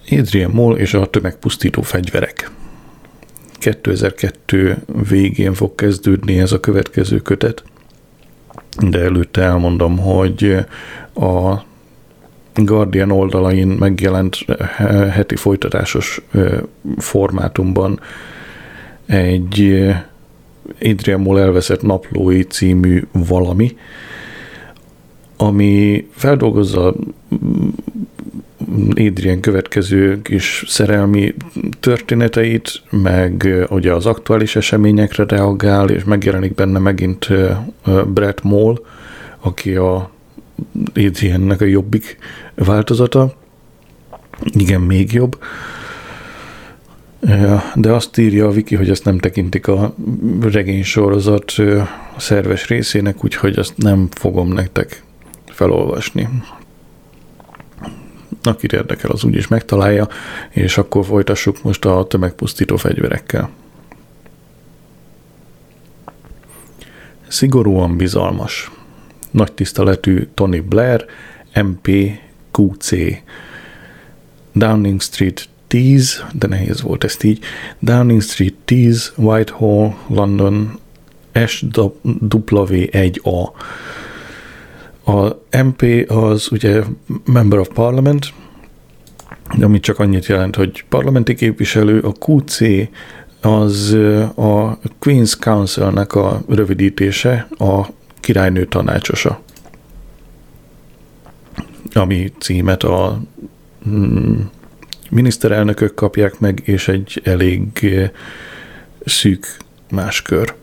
Adrian Mole és a tömegpusztító fegyverek. 2002 végén fog kezdődni ez a következő kötet, de előtte elmondom, hogy a Guardian oldalain megjelent heti folytatásos formátumban egy Adrian Mole elveszett naplói című valami, ami feldolgozza Adrian következő kis szerelmi történeteit, meg ugye az aktuális eseményekre reagál, és megjelenik benne megint Brett Mole, aki a Adriannek a jobbik változata. Igen, még jobb. De azt írja a Wiki, hogy ezt nem tekintik a regénysorozat szerves részének, úgyhogy azt nem fogom nektek felolvasni. Akit érdekel, az úgyis megtalálja, és akkor folytassuk most a tömegpusztító fegyverekkel. Szigorúan bizalmas. Nagy tiszteletű Tony Blair, MPQC. Downing Street 10, de nehéz volt ezt így, Downing Street 10, Whitehall, London, SW1A. A MP az ugye Member of Parliament, ami csak annyit jelent, hogy parlamenti képviselő, a QC az a Queen's Council-nek a rövidítése, a királynő tanácsosa, ami címet a miniszterelnökök kapják meg, és egy elég szűk máskör.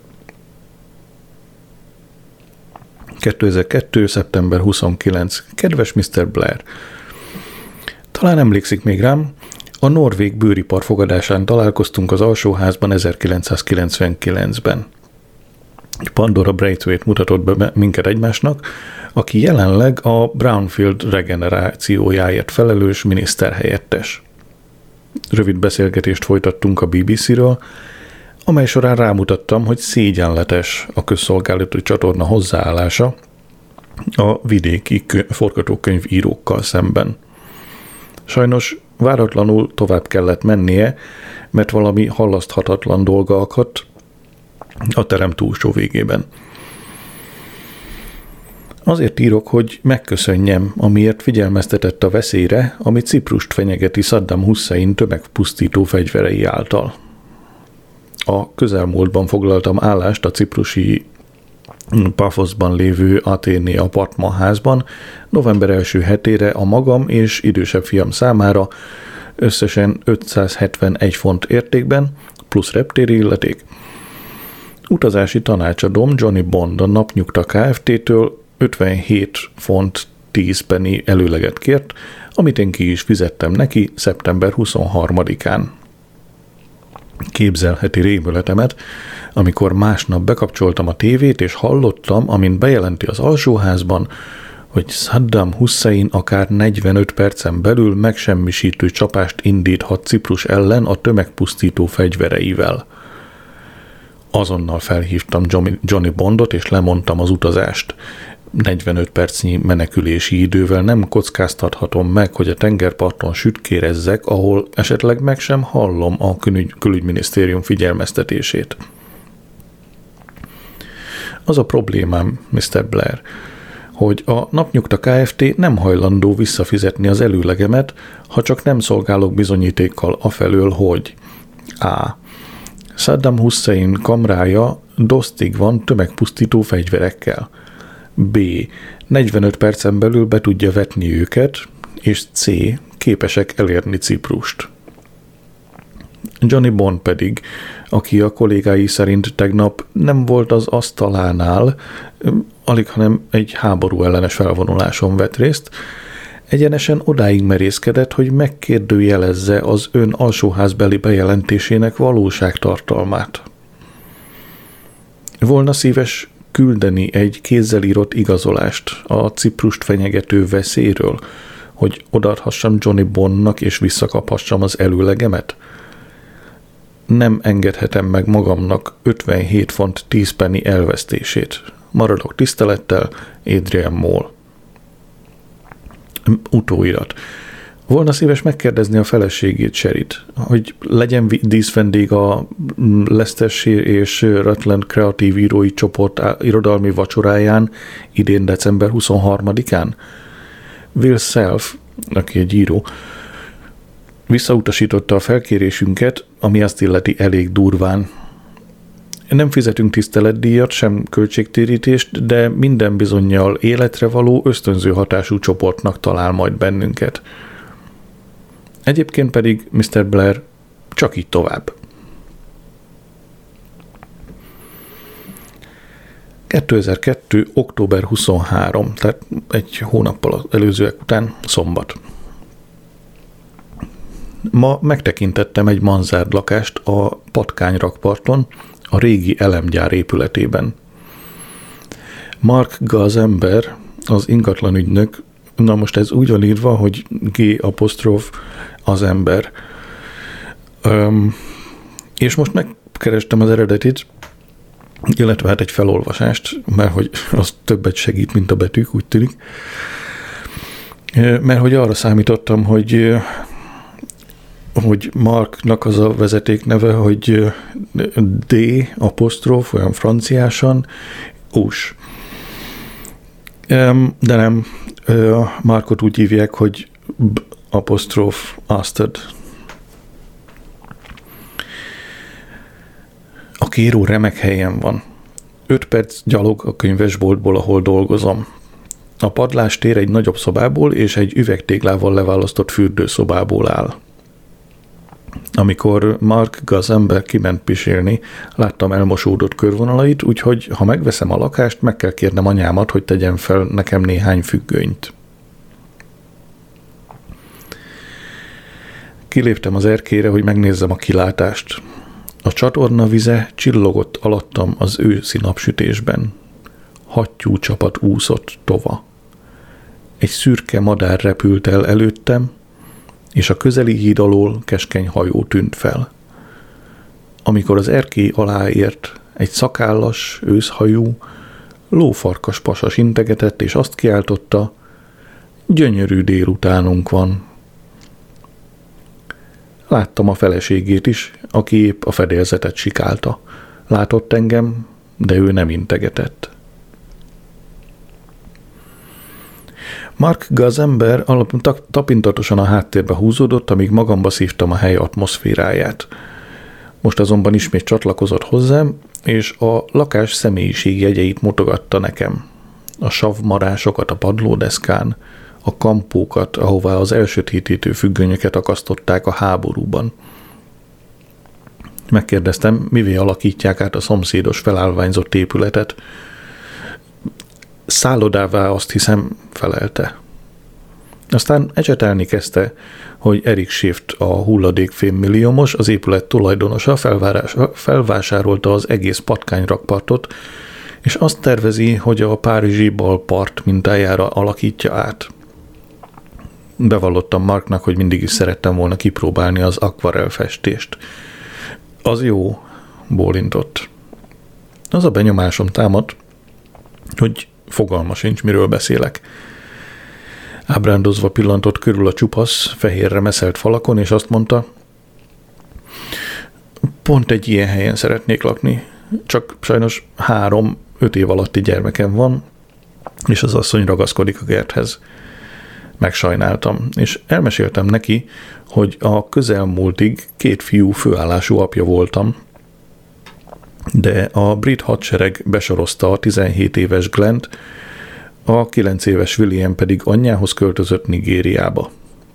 2002. szeptember 29. Kedves Mr. Blair! Talán emlékszik még rám, a norvég bőripar fogadásán találkoztunk az alsóházban 1999-ben. Pandora Braithwaite mutatott be minket egymásnak, aki jelenleg a Brownfield regenerációjáért felelős miniszterhelyettes. Rövid beszélgetést folytattunk a BBC-ről, amely során rámutattam, hogy szégyenletes a közszolgálati csatorna hozzáállása a vidéki forgatókönyvírókkal szemben. Sajnos váratlanul tovább kellett mennie, mert valami hallaszthatatlan dolga akadt a terem túlsó végében. Azért írok, hogy megköszönjem, amiért figyelmeztetett a veszélyre, ami Ciprust fenyegeti Saddam Hussein tömegpusztító fegyverei által. A közelmúltban foglaltam állást a ciprusi Paphosban lévő Athéné Apartman házban november első hetére a magam és idősebb fiam számára összesen 571 font értékben, plusz reptéri illeték. Utazási tanácsadóm Johnny Bond a Napnyugta Kft-től 57 font 10 penny előleget kért, amit én ki is fizettem neki szeptember 23-án. Képzelheti rémületemet, amikor másnap bekapcsoltam a tévét, és hallottam, amint bejelenti az alsóházban, hogy Saddam Hussein akár 45 percen belül megsemmisítő csapást indíthat Ciprus ellen a tömegpusztító fegyvereivel. Azonnal felhívtam Johnny Bondot, és lemondtam az utazást. 45 percnyi menekülési idővel nem kockáztathatom meg, hogy a tengerparton sütkérezzek, ahol esetleg meg sem hallom a külügyminisztérium figyelmeztetését. Az a problémám, Mr. Blair, hogy a Napnyugta Kft. Nem hajlandó visszafizetni az előlegemet, ha csak nem szolgálok bizonyítékkal afelől, hogy a. Saddam Hussein kamrája dosztig van tömegpusztító fegyverekkel. B. 45 percen belül be tudja vetni őket, és C. képesek elérni Ciprust. Johnny Bond pedig, aki a kollégái szerint tegnap nem volt az asztalánál, alighanem egy háború ellenes felvonuláson vett részt, egyenesen odáig merészkedett, hogy megkérdőjelezze az ön alsóházbeli bejelentésének valóságtartalmát. Volna szíves küldeni egy kézzel írott igazolást a Ciprust fenyegető veszélyről, hogy odaadhassam Johnny Bondnak és visszakaphassam az előlegemet? Nem engedhetem meg magamnak 57 font 10 penny elvesztését. Maradok tisztelettel, Adrian Mole. Utóirat. Volna szíves megkérdezni a feleségét, Sherit, hogy legyen díszvendég a Leicester és Rutland kreatív írói csoport irodalmi vacsoráján idén december 23-án. Will Self, aki egy író, visszautasította a felkérésünket, ami azt illeti elég durván. Nem fizetünk tiszteletdíjat, sem költségtérítést, de minden bizonnyal életre való, ösztönző hatású csoportnak talál majd bennünket. Egyébként pedig, Mr. Blair, csak így tovább. 2002. október 23, tehát egy hónappal az előzőek után, szombat. Ma megtekintettem egy manzárd lakást a Patkányrakparton, a régi elemgyár épületében. Mark Gazember, az ingatlanügynök, na most ez úgy van írva, hogy G apostrof az ember. És most megkerestem az eredetit, illetve hát egy felolvasást, mert hogy az többet segít, mint a betűk, úgy tűnik. Mert hogy arra számítottam, hogy Marknak az a vezetékneve, hogy D apostrof, olyan franciásan, us. De nem, Markot úgy hívják, hogy B apostrof Asted. A kéró remek helyen van. 5 perc gyalog a könyvesboltból, ahol dolgozom. A padlástér egy nagyobb szobából és egy üvegtéglával leválasztott fürdőszobából áll. Amikor Mark Gazember kiment pisélni, láttam elmosódott körvonalait, úgyhogy ha megveszem a lakást, meg kell kérnem anyámat, hogy tegyen fel nekem néhány függönyt. Kiléptem az erkére, hogy megnézzem a kilátást. A csatorna vize csillogott alattam az őszi napsütésben. Hattyú csapat úszott tova. Egy szürke madár repült el előttem, és a közeli híd alól keskeny hajó tűnt fel. Amikor az erkély alá ért, egy szakállas, őszhajú, lófarkas pasas integetett, és azt kiáltotta, gyönyörű délutánunk van. Láttam a feleségét is, aki épp a fedélzetet sikálta. Látott engem, de ő nem integetett. Mark Gazember tapintatosan a háttérbe húzódott, amíg magamba szívtam a hely atmoszféráját. Most azonban ismét csatlakozott hozzám, és a lakás személyiségjegyeit mutogatta nekem. A savmarásokat a padlódeszkán, a kampókat, ahová az elsötétítő függönyöket akasztották a háborúban. Megkérdeztem, mivé alakítják át a szomszédos felállványzott épületet. Szállodává, azt hiszem, felelte. Aztán ecsetelni kezdte, hogy Eric Shift, a hulladékfémmilliómos, az épület tulajdonosa felvásárolta az egész Patkányrakpartot, és azt tervezi, hogy a párizsi balpart mintájára alakítja át. Bevallottam Marknak, hogy mindig is szerettem volna kipróbálni az akvarellfestést. Az jó, bólintott. Az a benyomásom támadt, hogy fogalma sincs, miről beszélek. Ábrándozva pillantott körül a csupasz, fehérre meszelt falakon, és azt mondta, pont egy ilyen helyen szeretnék lakni, csak sajnos 3-5 év alatti gyermekem van, és az asszony ragaszkodik a kerthez. Megsajnáltam, és elmeséltem neki, hogy a közelmúltig 2 fiú főállású apja voltam, de a brit hadsereg besorozta a 17 éves Glent, a 9 éves William pedig anyjához költözött Nigériába.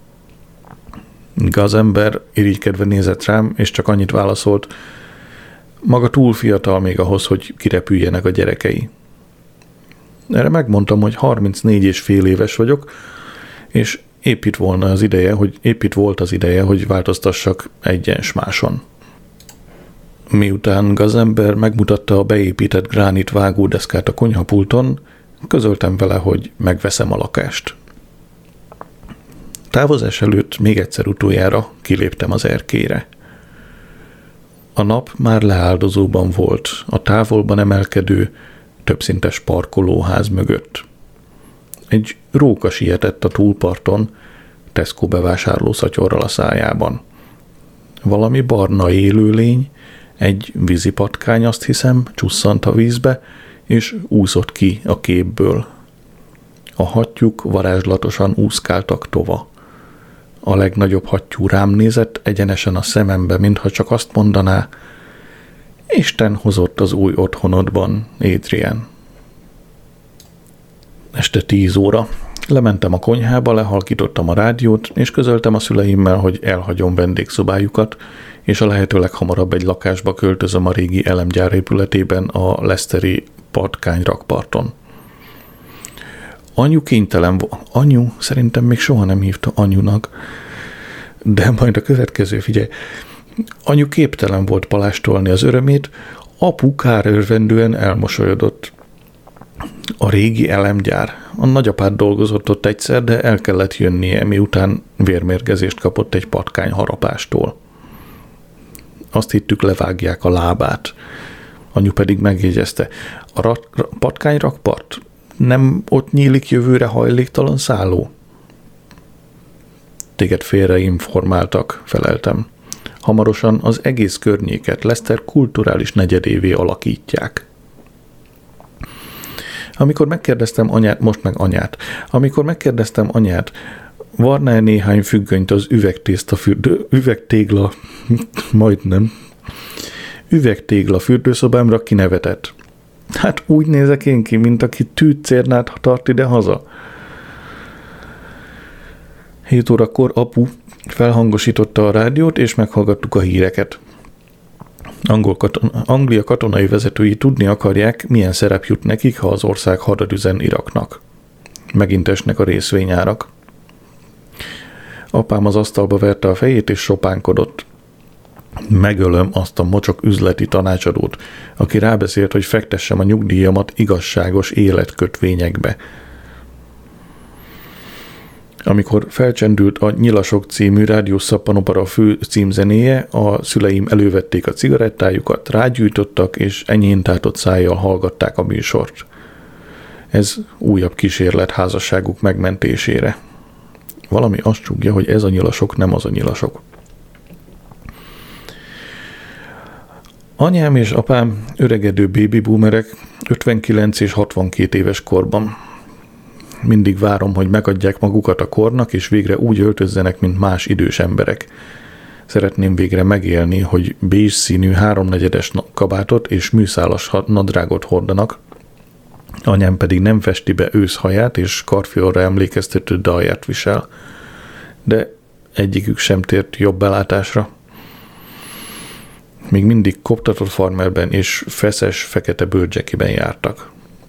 Gazember irigykedve nézett rám, és csak annyit válaszolt, maga túl fiatal még ahhoz, hogy kirepüljenek a gyerekei. Erre megmondtam, hogy 34 és fél éves vagyok, és épp itt volt az ideje, hogy változtassak egyensmáson. Miután Gazember megmutatta a beépített gránit vágódeszkát a konyhapulton, közöltem vele, hogy megveszem a lakást. Távozás előtt még egyszer utoljára kiléptem az erkére. A nap már leáldozóban volt, a távolban emelkedő, többszintes parkolóház mögött. Egy róka sietett a túlparton, Tesco bevásárló szatyorral a szájában. Valami barna élőlény, egy vízipatkány, azt hiszem, csusszant a vízbe, és úszott ki a képből. A hattyúk varázslatosan úszkáltak tova. A legnagyobb hattyú rám nézett egyenesen a szemembe, mintha csak azt mondaná: Isten hozott az új otthonodban, Adrian. Este 10 óra. Lementem a konyhába, lehalkítottam a rádiót, és közöltem a szüleimmel, hogy elhagyom vendégszobájukat, és a lehető leghamarabb egy lakásba költözöm a régi elemgyár épületében a Leicesteri patkányrakparton. Anyu szerintem még soha nem hívta anyunak, de majd a következő, figyelj. Anyu képtelen volt palástolni az örömét, apu kárőrvendően elmosolyodott. A régi elemgyár. A nagyapád dolgozott ott egyszer, de el kellett jönnie, miután vérmérgezést kapott egy patkány harapástól. Azt hittük, levágják a lábát. Anyu pedig megjegyezte: a patkányrakpart? Nem ott nyílik jövőre hajléktalan szálló? Téged félreinformáltak, feleltem. Hamarosan az egész környéket Leicester kulturális negyedévé alakítják. Amikor megkérdeztem anyát, varná-e néhány függönyt az üvegtégla fürdőszobámra, kinevetett. Hát úgy nézek én ki, mint aki tűzcérnát tart ide-haza. 7 órakor apu felhangosította a rádiót, és meghallgattuk a híreket. Anglia katonai vezetői tudni akarják, milyen szerep jut nekik, ha az ország hadad üzen Iraknak. Megint esnek a részvényárak. Apám az asztalba verte a fejét, és sopánkodott. Megölöm azt a mocsok üzleti tanácsadót, aki rábeszélt, hogy fektessem a nyugdíjamat igazságos életkötvényekbe. Amikor felcsendült a Nyilasok című rádiószappanopera fő címzenéje, a szüleim elővették a cigarettájukat, rágyújtottak, és enyhéntátott szájjal hallgatták a műsort. Ez újabb kísérlet házasságuk megmentésére. Valami azt csúgja, hogy ez a Nyilasok nem az a Nyilasok. Anyám és apám öregedő baby boomerek, 59 és 62 éves korban. Mindig várom, hogy megadják magukat a kornak, és végre úgy öltözzenek, mint más idős emberek. Szeretném végre megélni, hogy bézs színű 3/4 kabátot és műszálas nadrágot hordanak, anyám pedig nem festi be őszhaját és karfiolra emlékeztető dalját visel. De egyikük sem tért jobb belátásra. Még mindig koptatott farmerben és feszes, fekete bőrcsekiben jártak.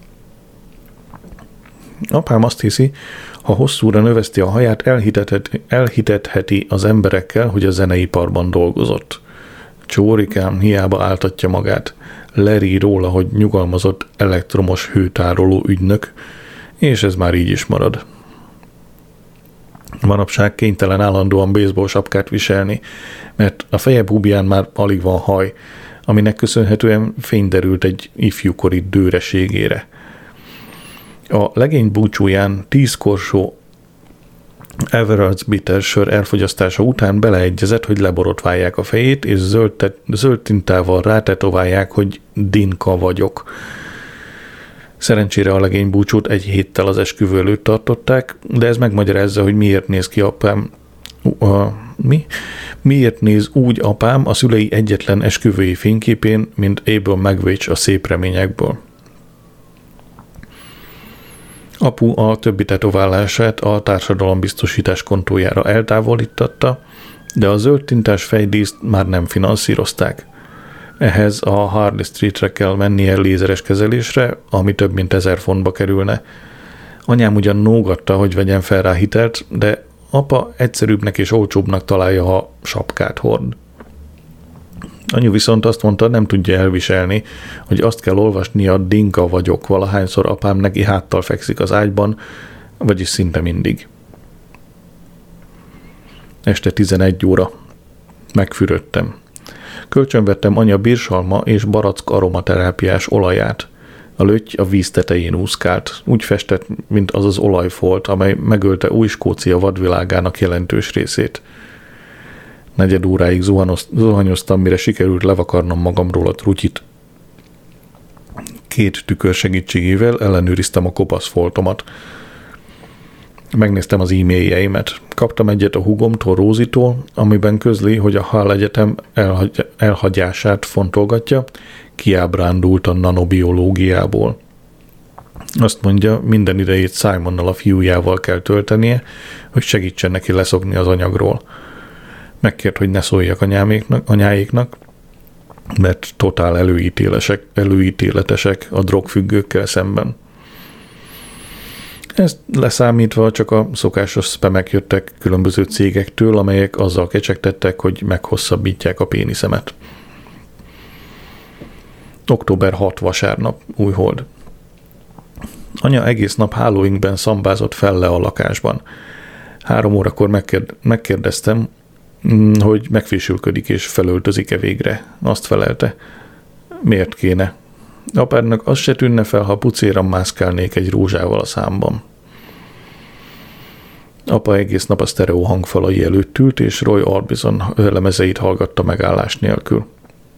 Apám azt hiszi, ha hosszúra növeszti a haját, elhitetheti az emberekkel, hogy a zeneiparban dolgozott. Csórikám hiába áltatja magát, leri róla, hogy nyugalmazott elektromos hőtároló ügynök, és ez már így is marad. Manapság kénytelen állandóan baseball sapkát viselni, mert a feje búbján már alig van haj, aminek köszönhetően fény derült egy ifjúkori dőreségére. A legény búcsúján 10 korsó Everard's Bitter sör elfogyasztása után beleegyezett, hogy leborotválják a fejét, és zöld tintával rátetoválják, hogy Dinka vagyok. Szerencsére a legény búcsút egy héttel az esküvő előtt tartották, de ez megmagyarázza, hogy miért néz ki apám. Miért néz úgy apám a szülei egyetlen esküvői fényképén, mint Abel Magwitch a Szép reményekből. Apu a többi tetoválását a társadalombiztosítás kontójára eltávolítatta, de a zöld tintás fejdíszt már nem finanszírozták. Ehhez a Harley Streetre kell mennie lézeres kezelésre, ami több mint 1000 fontba kerülne. Anyám ugyan nógatta, hogy vegyen fel rá hitelt, de apa egyszerűbbnek és olcsóbbnak találja, ha sapkát hord. Anyu viszont azt mondta, nem tudja elviselni, hogy azt kell olvasni a Dinka vagyok, valahányszor apám neki háttal fekszik az ágyban, vagyis szinte mindig. Este 11 óra. Megfürödtem. Kölcsönvettem anya birsalma és barack aromaterápiás olaját. A lötty a víz tetején úszkált, úgy festett, mint az az olajfolt, amely megölte Új-Skócia vadvilágának jelentős részét. Negyed óráig zuhanyoztam, mire sikerült levakarnom magamról a trutyit. 2 tükör segítségével ellenőriztem a kopasz foltomat. Megnéztem az e-mailjeimet. Kaptam egyet a húgomtól, Rózitól, amiben közli, hogy a Hull Egyetem elhagyását fontolgatja, kiábrándult a nanobiológiából. Azt mondja, minden idejét Simonnal, a fiújával kell töltenie, hogy segítsen neki leszokni az anyagról. Megkért, hogy ne szóljak anyáéknak, mert totál előítéletesek a drogfüggőkkel szemben. Ezt leszámítva csak a szokásos spamek jöttek különböző cégektől, amelyek azzal kecsegtettek, hogy meghosszabbítják a péniszemet. Október 6 vasárnap, Újhold. Anya egész nap hálóinkben szambázott fel le a lakásban. 3 órakor megkérdeztem, hogy megfésülködik és felöltözik-e végre. Azt felelte. Miért kéne? Apádnak az se tűnne fel, ha pucéran mászkálnék egy rózsával a számban. Apa egész nap a sztereó hangfalai előtt ült, és Roy Orbison lemezeit hallgatta megállás nélkül.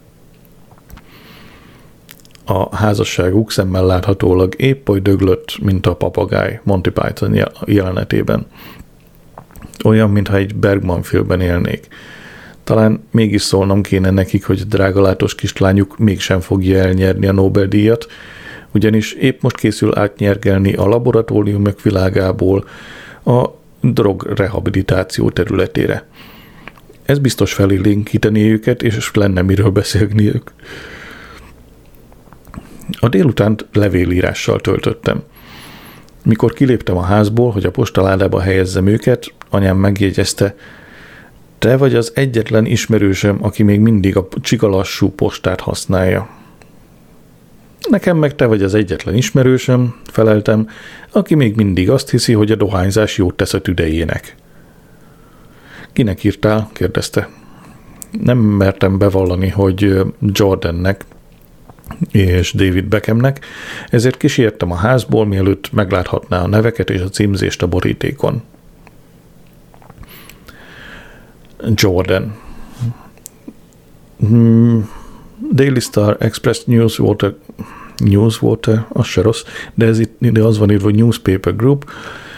A házasságuk szemmel láthatólag épp oly döglött, mint a papagáj Monty Python jelenetében. Olyan, mintha egy Bergman filmben élnék. Talán mégis szólnom kéne nekik, hogy a drágalátos kislányuk mégsem fogja elnyerni a Nobel-díjat, ugyanis épp most készül átnyergelni a laboratóriumok világából a drogrehabilitáció területére. Ez biztos felélénkíteni őket, és lenne miről beszélniük. A délutánt levélírással töltöttem. Mikor kiléptem a házból, hogy a postaládába helyezzem őket, anyám megjegyezte, te vagy az egyetlen ismerősöm, aki még mindig a csigalassú postát használja. Nekem meg te vagy az egyetlen ismerősöm, feleltem, aki még mindig azt hiszi, hogy a dohányzás jót tesz a tüdejének. Kinek írtál? Kérdezte. Nem mertem bevallani, hogy Jordannek és David Beckhamnek, ezért kisiettem a házból, mielőtt megláthatná a neveket és a címzést a borítékon. Jordan. Daily Star, Express, Newswater, az se rossz, de ide az van írva, hogy Newspaper Group,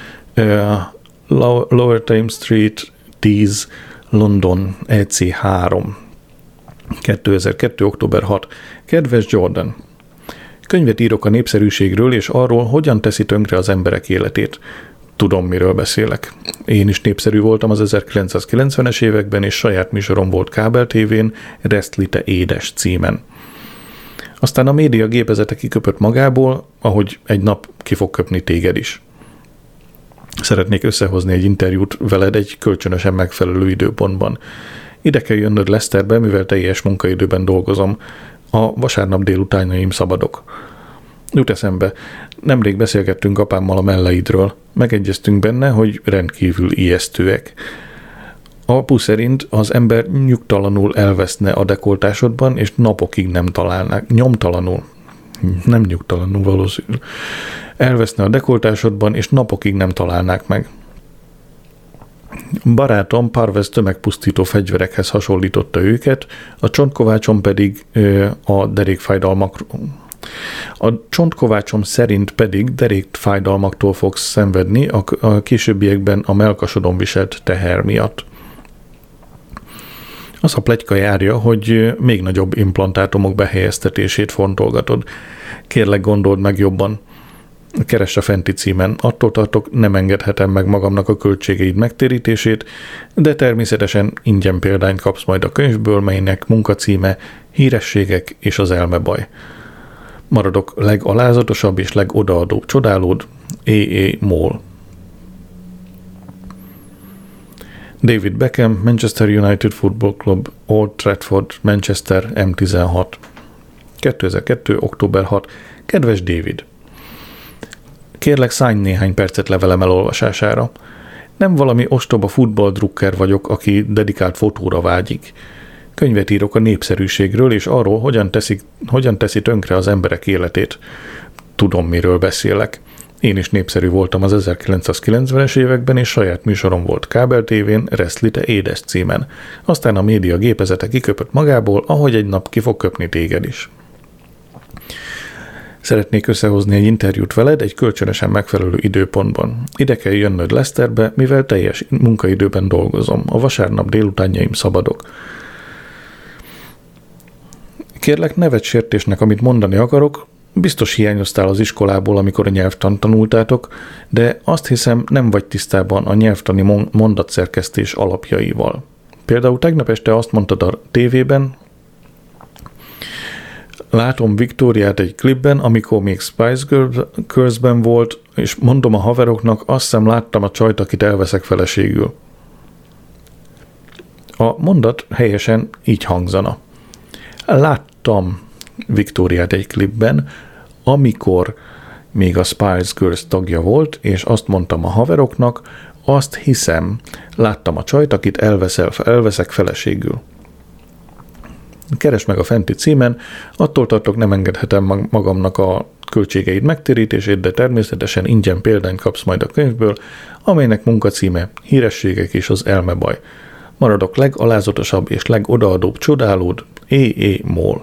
Lower Thames Street, 10, London, EC3, 2002. október 6. Kedves Jordan! Könyvet írok a népszerűségről és arról, hogyan teszi tönkre az emberek életét. Tudom, miről beszélek. Én is népszerű voltam az 1990-es években, és saját műsorom volt kábeltévén, Resztlite édes címen. Aztán a média gépezete kiköpött magából, ahogy egy nap ki fog köpni téged is. Szeretnék összehozni egy interjút veled egy kölcsönösen megfelelő időpontban. Ide kell jönnöd Leicesterbe, mivel teljes munkaidőben dolgozom. A vasárnap délutánjaim szabadok. Jut eszembe, nemrég beszélgettünk apámmal a melleidről. Megegyeztünk benne, hogy rendkívül ijesztőek. Apu szerint az ember nyugtalanul elveszne a dekoltásodban, és napokig nem találnák. Nyomtalanul. Nem nyugtalanul valószínű. Elveszne a dekoltásodban, és napokig nem találnák meg. Barátom Parvez tömegpusztító fegyverekhez hasonlította őket, a csontkovácsom pedig a csontkovácsom szerint pedig derékfájdalmaktól fogsz szenvedni a későbbiekben a mellkasodon viselt teher miatt. Az a pletyka járja, hogy még nagyobb implantátumok behelyeztetését fontolgatod. Kérlek, gondold meg jobban. Keress a fenti címen. Attól tartok, nem engedhetem meg magamnak a költségeid megtérítését, de természetesen ingyen példányt kapsz majd a könyvből, melynek munkacíme Hírességek és az elmebaj. Maradok legalázatosabb és legodaadóbb csodálód, E.E. Moll. David Beckham, Manchester United Football Club, Old Trafford, Manchester, M16. 2002. október 6. Kedves David! Kérlek, szállj néhány percet levelem elolvasására. Nem valami ostoba futballdrukker vagyok, aki dedikált fotóra vágyik. Könyvet írok a népszerűségről és arról, hogyan teszi tönkre az emberek életét. tudom, miről beszélek. Én is népszerű voltam az 1990-es években, és saját műsorom volt kábel tévén, Reszlite édes címen. Aztán a média gépezete kiköpött magából, ahogy egy nap ki fog köpni téged is. Szeretnék összehozni egy interjút veled egy kölcsönösen megfelelő időpontban. Ide kell jönnöd Leicesterbe, mivel teljes munkaidőben dolgozom. A vasárnap délutánjaim szabadok. Kérlek, ne vedd sértésnek, amit mondani akarok. Biztos hiányoztál az iskolából, amikor a nyelvtant tanultátok, de azt hiszem, nem vagy tisztában a nyelvtani mondatszerkesztés alapjaival. Például tegnap este azt mondtad a tévében, látom Viktóriát egy klipben, amikor még Spice Girls-ben volt, és mondom a haveroknak, azt hiszem láttam a csajt, akit elveszek feleségül. A mondat helyesen így hangzana. Láttam Viktóriát egy klipben, amikor még a Spice Girls tagja volt, és azt mondtam a haveroknak, azt hiszem, láttam a csajt, akit elveszek feleségül. Keresd meg a fenti címen, attól tartok, nem engedhetem magamnak a költségeid megtérítését, de természetesen ingyen példányt kapsz majd a könyvből, amelynek munkacíme Hírességek és az elmebaj. Maradok legalázatosabb és legodaadóbb csodálód, E.E. Moll.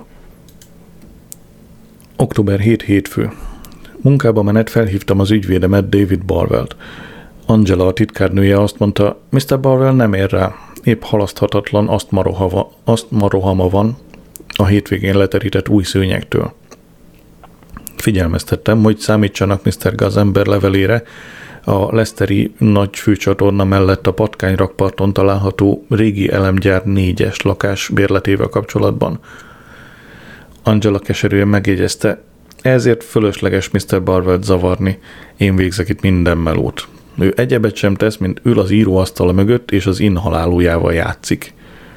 Október 7 hétfő. Munkába menet felhívtam az ügyvédemet, David Barwell-t. Angela, a titkárnője azt mondta, Mr. Barwell nem ér rá, épp halaszthatatlan asztmarohama van a hétvégén leterített új szőnyektől. Figyelmeztettem, hogy számítsanak Mr. Gazember levelére, a Leicesteri nagy főcsatorna mellett a Patkányrakparton található régi elemgyár 4-es lakás bérletével kapcsolatban. Angela keserűen megjegyezte, ezért fölösleges Mr. Barwell-t zavarni, én végzek itt minden melót. Ő egyebet sem tesz, mint ül az íróasztala mögött, és az inhalálójával játszik.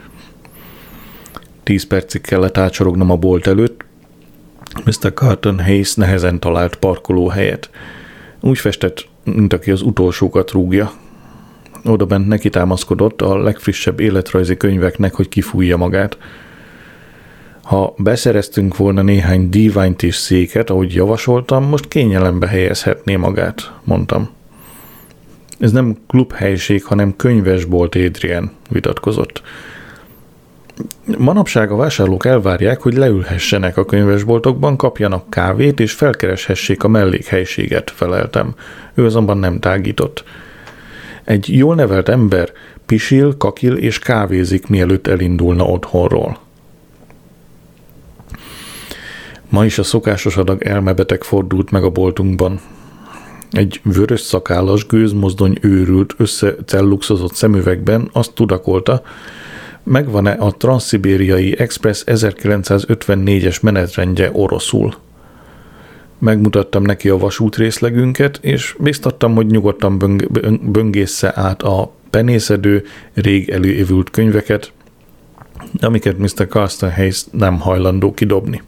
10 percig kellett átsorognom a bolt előtt. Mr. Carlton Hayes nehezen talált parkolóhelyet. Úgy festett, mint aki az utolsókat rúgja. Odabent neki támaszkodott a legfrissebb életrajzi könyveknek, hogy kifújja magát. Ha beszereztünk volna néhány díványt és széket, ahogy javasoltam, most kényelembe helyezhetné magát, mondtam. Ez nem klubhelység, hanem könyvesbolt, Adrian, vitatkozott. Manapság a vásárlók elvárják, hogy leülhessenek a könyvesboltokban, kapjanak kávét és felkereshessék a mellékhelységet, feleltem. Ő azonban nem tágított. Egy jól nevelt ember pisil, kakil és kávézik, mielőtt elindulna otthonról. Ma is a szokásos adag elmebeteg fordult meg a boltunkban. Egy vörös szakállas gőzmozdony őrült, összecelluxozott szemüvegben azt tudakolta, megvan-e a Transzszibériai Express 1954-es menetrendje oroszul. Megmutattam neki a vasútrészlegünket, és biztattam, hogy nyugodtan böngészze át a penészedő, rég előévült könyveket, amiket Mr. Carlton Hayes nem hajlandó kidobni.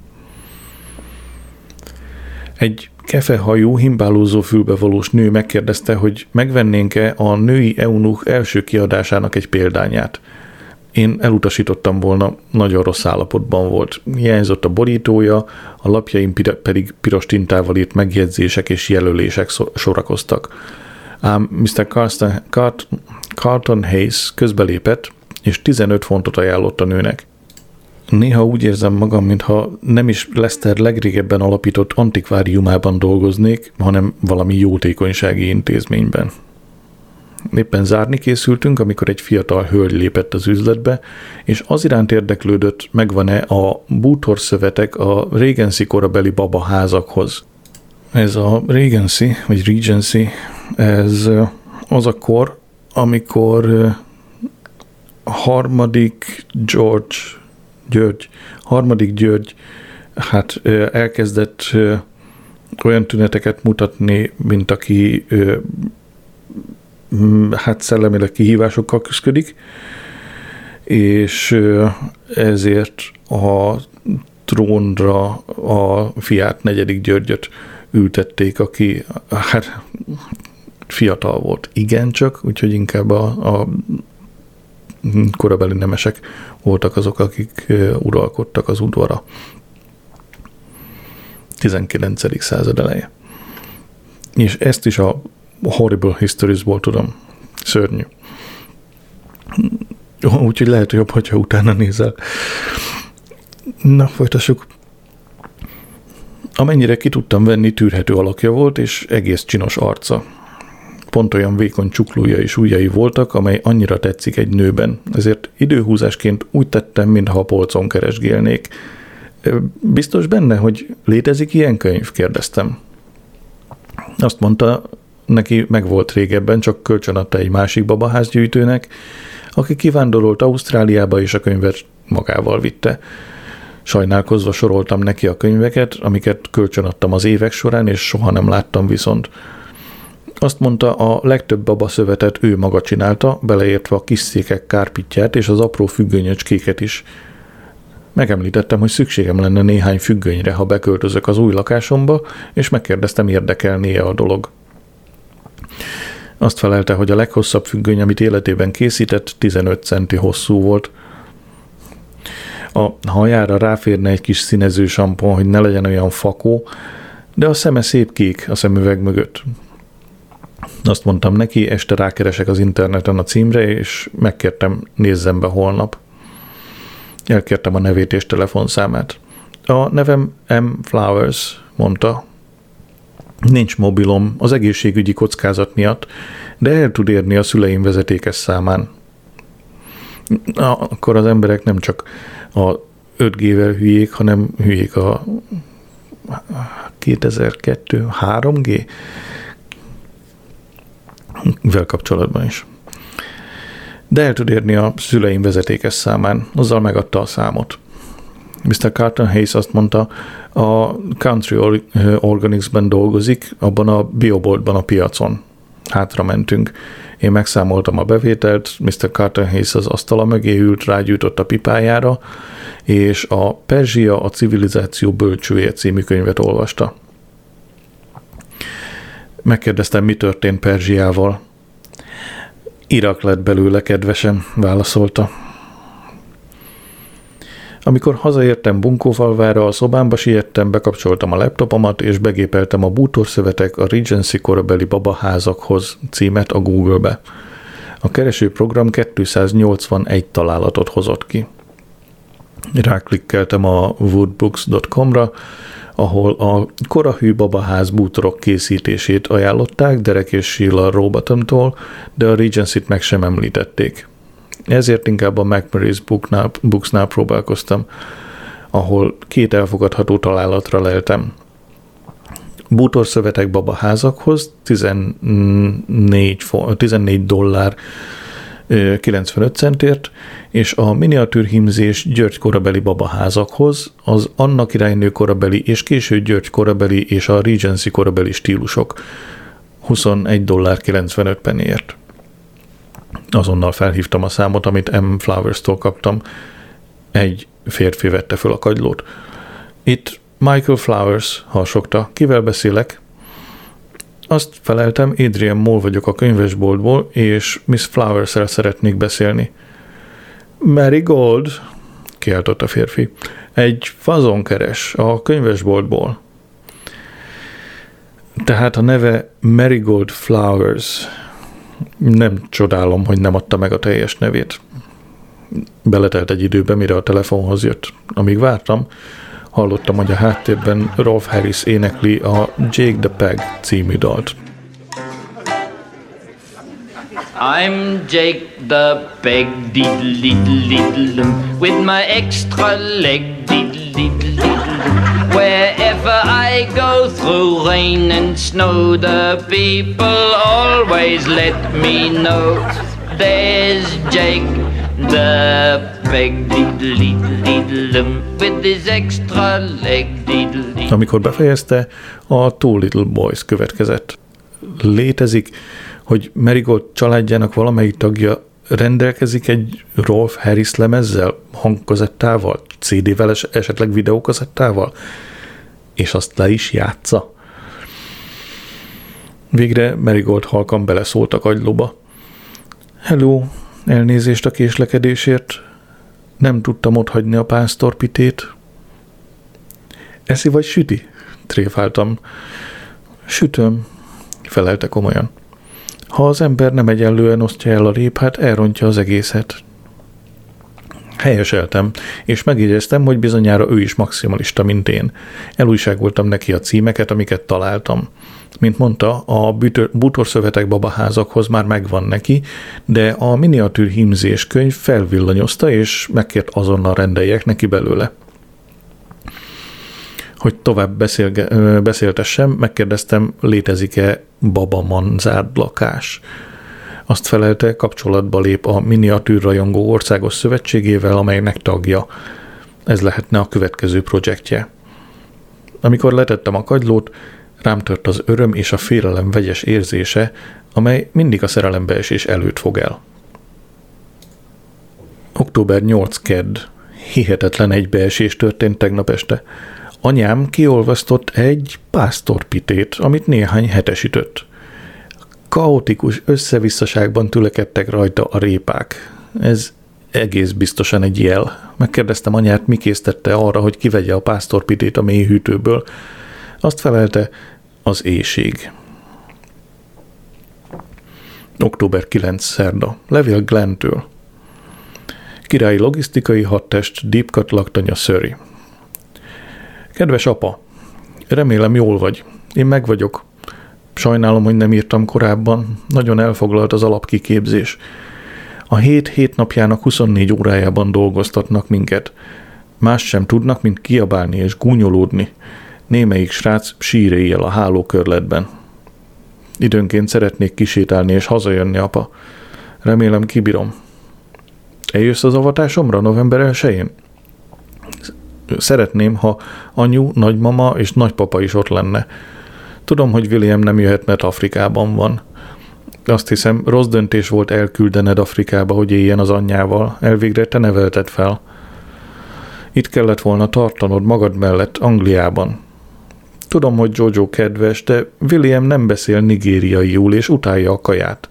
Egy kefehajú, himbálózó fülbevalós nő megkérdezte, hogy megvennénk-e a női eunuch első kiadásának egy példányát. Én elutasítottam volna, nagyon rossz állapotban volt. Hiányzott a borítója, a lapjaim pedig piros tintával írt megjegyzések és jelölések sorakoztak. Ám Mr. Carlton Hayes közbelépett, és 15 fontot ajánlott a nőnek. Néha úgy érzem magam, mintha nem is Leicester legrégebben alapított antikváriumában dolgoznék, hanem valami jótékonysági intézményben. Éppen zárni készültünk, amikor egy fiatal hölgy lépett az üzletbe, és az iránt érdeklődött, megvan-e a bútorszövetek a Regency korabeli babaházakhoz. Ez a Regency, vagy Regency, ez az a kor, amikor harmadik György elkezdett olyan tüneteket mutatni, mint aki szellemileg kihívásokkal küszködik, és ezért a trónra a fiát, 4. Györgyöt ültették, aki fiatal volt. Igencsak, úgyhogy inkább a korabeli nemesek voltak azok, akik uralkodtak az udvara. 19. század eleje. És ezt is a Horrible Histories-ból tudom. Szörnyű. Úgyhogy lehet jobb, hogyha utána nézel. Na, folytassuk. Amennyire ki tudtam venni, tűrhető alakja volt, és egész csinos arca. Pont olyan vékony csuklója és ujjai voltak, amely annyira tetszik egy nőben. Ezért időhúzásként úgy tettem, mintha a polcon keresgélnék. Biztos benne, hogy létezik ilyen könyv? Kérdeztem. Azt mondta, neki megvolt régebben, csak kölcsönadta egy másik babaházgyűjtőnek, aki kivándorolt Ausztráliába, és a könyvet magával vitte. Sajnálkozva soroltam neki a könyveket, amiket kölcsönadtam az évek során, és soha nem láttam viszont. Azt mondta, a legtöbb babaszövetet ő maga csinálta, beleértve a kis székek kárpitját és az apró függönyöcskéket is. Megemlítettem, hogy szükségem lenne néhány függönyre, ha beköltözök az új lakásomba, és megkérdeztem, érdekelné-e a dolog. Azt felelte, hogy a leghosszabb függöny, amit életében készített, 15 centi hosszú volt. A hajára ráférne egy kis színező sampon, hogy ne legyen olyan fakó, de a szeme szép kék a szemüveg mögött. Azt mondtam neki, este rákeresek az interneten a címre, és megkértem, nézzem be holnap. Elkértem a nevét és telefonszámát. A nevem M. Flowers, mondta. Nincs mobilom az egészségügyi kockázat miatt, de el tud érni a szüleim vezetékes számán. Akkor az emberek nem csak a 5G-vel hülyék, hanem hülyék a 2002 3G vel kapcsolatban is. De el tud érni a szüleim vezetékes számán, azzal megadta a számot. Mr. Carlton Hayes azt mondta, a Country Organics-ben dolgozik, abban a bioboltban a piacon. Hátra mentünk. Én megszámoltam a bevételt, Mr. Carlton Hayes az asztala mögé ült, rágyújtott a pipájára, és a Perzsia, a civilizáció bölcsője című könyvet olvasta. Megkérdeztem, mi történt Perzsiával. Irak lett belőle, kedvesem, válaszolta. Amikor hazaértem Bunkófalvára, a szobámba siettem, bekapcsoltam a laptopomat, és begépeltem a bútorszövetek a Regency korabeli babaházakhoz címet a Google-be. A keresőprogram 281 találatot hozott ki. Ráklikkeltem a woodbooks.com-ra, ahol a korahű babaház bútorok készítését ajánlották Derek és Sheila Robotham-tól, de a Regency-t meg sem említették. Ezért inkább a McMurray's Booksnál próbálkoztam, ahol 2 elfogadható találatra leltem. Bútorszövetek babaházakhoz $14 95 centért, és a miniatűrhímzés György korabeli babaházakhoz az Anna királynő korabeli és késő György korabeli és a Regency korabeli stílusok $21.95 Azonnal felhívtam a számot, amit M. Flowers-tól kaptam. Egy férfi vette föl a kagylót. Itt Michael Flowers, harsogta. Kivel beszélek? Azt feleltem, Adrian Moll vagyok a könyvesboltból, és Miss Flowers-el szeretnék beszélni. Marigold, kiáltott a férfi. Egy fazon keres a könyvesboltból. Tehát a neve Marigold Flowers. Nem csodálom, hogy nem adta meg a teljes nevét. Beletelt egy időbe, mire a telefonhoz jött. Amíg vártam, hallottam, hogy a háttérben Rolf Harris énekli a Jake the Peg című dalt. I'm Jake the Peg, diddle-diddle-diddle, with my extra leg, diddle-diddle-diddle. Wherever I go through rain and snow, the people always let me know. There's Jake the Peg, diddle-diddle-diddle, with his extra leg, diddle-diddle. Amikor befejezte, a Two Little Boys következett. Létezik, hogy Marigold családjának valamelyik tagja rendelkezik egy Rolf Harris lemezzel, hangkazettával, CD-vel, esetleg videókazettával, és azt le is játsza. Végre Marigold halkan beleszólt a kagylóba. Hello, elnézést a késlekedésért. Nem tudtam otthagyni a pásztorpitét. Eszi vagy süti? tréfáltam. Sütöm, felelte komolyan. Ha az ember nem egyenlően osztja el a répát, elrontja az egészet. Helyeseltem, és megjegyeztem, hogy bizonyára ő is maximalista, mint én. Elújságoltam neki a címeket, amiket találtam. Mint mondta, a bútorszövetek babaházakhoz már megvan neki, de a miniatűr hímzés könyv felvillanyozta, és megkért azonnal rendeljek neki belőle. Hogy tovább beszéltessem, megkérdeztem, létezik-e babamanzárd lakás. Azt felelte, kapcsolatba lép a Miniatűr Rajongó Országos Szövetségével, amelynek tagja. Ez lehetne a következő projektje. Amikor letettem a kagylót, rám tört az öröm és a félelem vegyes érzése, amely mindig a szerelembeesés előtt fog el. Október 8 kedd. Hihetetlen egybeesés történt tegnap este. Anyám kiolvasztott egy pásztorpitét, amit néhány hete sütött. Kaotikus összevisszaságban tülekedtek rajta a répák. Ez egész biztosan egy jel. Megkérdeztem anyát, mi késztette arra, hogy kivegye a pásztorpitét a mélyhűtőből. Azt felelte, az éhség. Október 9 szerda. Levél Glentől. Királyi logisztikai hadtest, Deep Cut laktanya, Surrey. Kedves apa, remélem jól vagy. Én meg vagyok. Sajnálom, hogy nem írtam korábban. Nagyon elfoglalt az alapkiképzés. A 7 napjának 24 órájában dolgoztatnak minket. Más sem tudnak, mint kiabálni és gúnyolódni. Némelyik srác sír éjjel a hálókörletben. Időnként szeretnék kisétálni és hazajönni, apa. Remélem kibírom. Eljössz az avatásomra november 1-én? Szeretném, ha anyu, nagymama és nagypapa is ott lenne. Tudom, hogy William nem jöhet, mert Afrikában van. Azt hiszem, rossz döntés volt elküldened Afrikába, hogy éljen az anyjával. Elvégre te nevelted fel. Itt kellett volna tartanod magad mellett, Angliában. Tudom, hogy Jojo kedves, de William nem beszél nigériaiul, és utálja a kaját.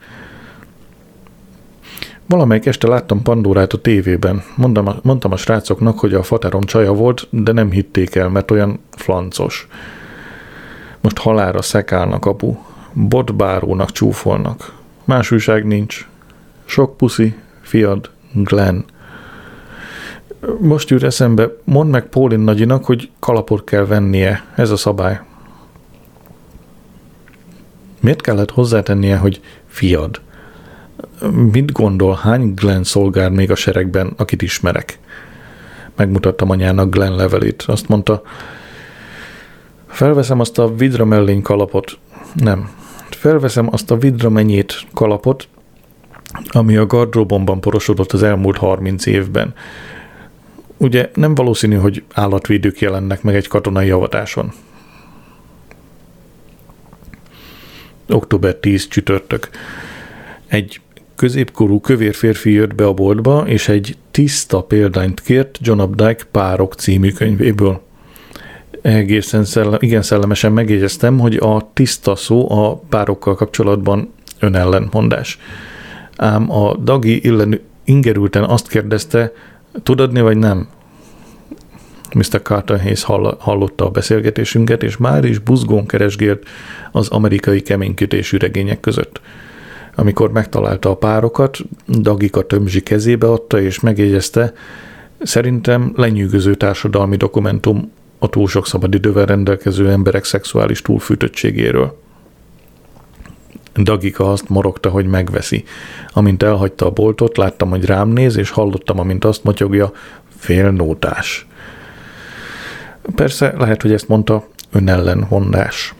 Valamelyik este láttam Pandórát a tévében. Mondtam a srácoknak, hogy a faterom csaja volt, de nem hitték el, mert olyan flancos. Most halálra szekálnak, apu. Botbárónak csúfolnak. Más újság nincs. Sok puszi, fiad, Glenn. Most jut eszembe, mondd meg Pauline nagyinak, hogy kalapot kell vennie. Ez a szabály. Miért kellett hozzátennie, hogy fiad? Mit gondol, hány Glenn szolgál még a seregben, akit ismerek? Megmutattam anyának Glenn levelét. Azt mondta, felveszem azt a vidra mellény kalapot. Nem. Felveszem azt a vidra menyét kalapot, ami a gardróbomban porosodott az elmúlt 30 évben. Ugye nem valószínű, hogy állatvédők jelennek meg egy katonai avatáson. Október 10 csütörtök. Egy középkorú kövér férfi jött be a boltba, és egy tiszta példányt kért John Updike Párok című könyvéből. Egészen igen szellemesen megjegyeztem, hogy a tiszta szó a párokkal kapcsolatban önellentmondás. Ám a Dagi ingerülten azt kérdezte, tud adni vagy nem? Mr. Carter Hayes hallotta a beszélgetésünket, és már is buzgón keresgélt az amerikai keménykötésű regények között. Amikor megtalálta a párokat, Dagika tömzsi kezébe adta, és megjegyezte, szerintem lenyűgöző társadalmi dokumentum a túl sok szabadidővel rendelkező emberek szexuális túlfűtöttségéről. Dagika azt morogta, hogy megveszi. Amint elhagyta a boltot, láttam, hogy rám néz, és hallottam, amint azt motyogja, félnótás. Persze, lehet, hogy ezt mondta önellenmondás.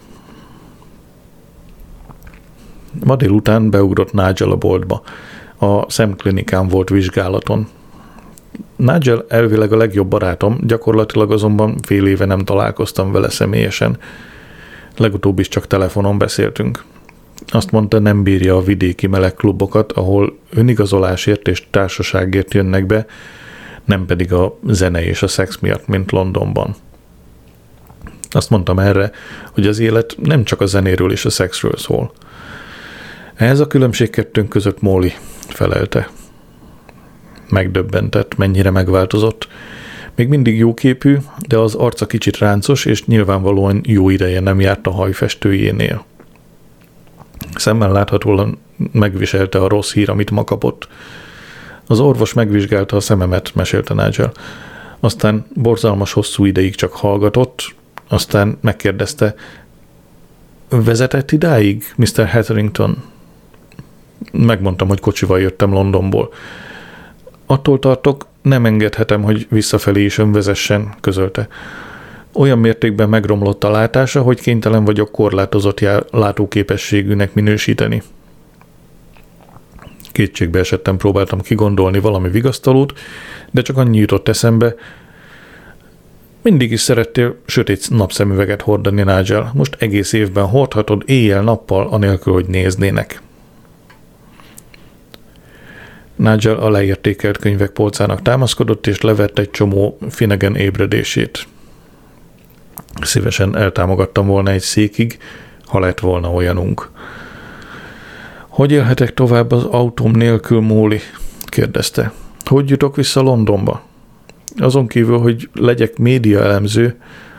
Ma délután beugrott Nigel a boltba. A szemklinikán volt vizsgálaton. Nigel elvileg a legjobb barátom, gyakorlatilag azonban fél éve nem találkoztam vele személyesen. Legutóbb is csak telefonon beszéltünk. Azt mondta, nem bírja a vidéki meleg klubokat, ahol önigazolásért és társaságért jönnek be, nem pedig a zene és a szex miatt, mint Londonban. Azt mondtam erre, hogy az élet nem csak a zenéről és a szexről szól. Ez a különbség kettőnk között, Molly, felelte. Megdöbbentett, mennyire megváltozott. Még mindig jóképű, de az arca kicsit ráncos, és nyilvánvalóan jó ideje nem járt a hajfestőjénél. Szemmel láthatóan megviselte a rossz hír, amit ma kapott. Az orvos megvizsgálta a szememet, mesélte Nigel. Aztán borzalmas hosszú ideig csak hallgatott, aztán megkérdezte, vezetett idáig, Mr. Hetherington? Megmondtam, hogy kocsival jöttem Londonból. Attól tartok, nem engedhetem, hogy visszafelé is önvezessen, közölte. Olyan mértékben megromlott a látása, hogy kénytelen vagyok korlátozott látóképességűnek minősíteni. Kétségbe esettem, próbáltam kigondolni valami vigasztalót, de csak annyi jutott eszembe. Mindig is szerettél sötét napszemüveget hordani, Nigel. Most egész évben hordhatod éjjel-nappal, anélkül, hogy néznének. Nigel a leértékelt könyvek polcának támaszkodott, és levett egy csomó Finnegan ébredését. Szívesen eltámogattam volna egy székig, ha lett volna olyanunk. Hogy élhetek tovább az autóm nélkül, Móli? Kérdezte. Hogy jutok vissza Londonba? Azon kívül, hogy legyek médiaelemző,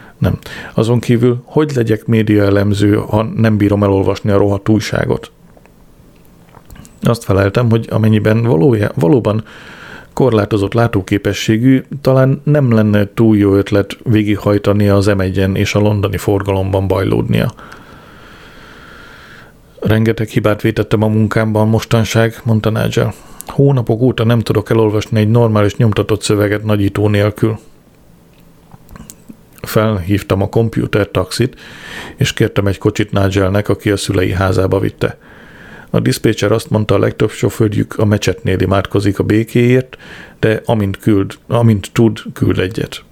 hogy legyek médiaelemző, ha nem bírom elolvasni a rohadt újságot? Azt feleltem, hogy amennyiben valóban korlátozott látóképességű, talán nem lenne túl jó ötlet végighajtani az M1-en és a londoni forgalomban bajlódnia. Rengeteg hibát vétettem a munkámban mostanság, mondta Nigel. Hónapok óta nem tudok elolvasni egy normális nyomtatott szöveget nagyító nélkül. Felhívtam a komputer taxit, és kértem egy kocsit Nigelnek, aki a szülei házába vitte. A diszpécser azt mondta, a legtöbb sofőrjük a mecsetnél imádkozik a békéért, de amint tud, küld egyet.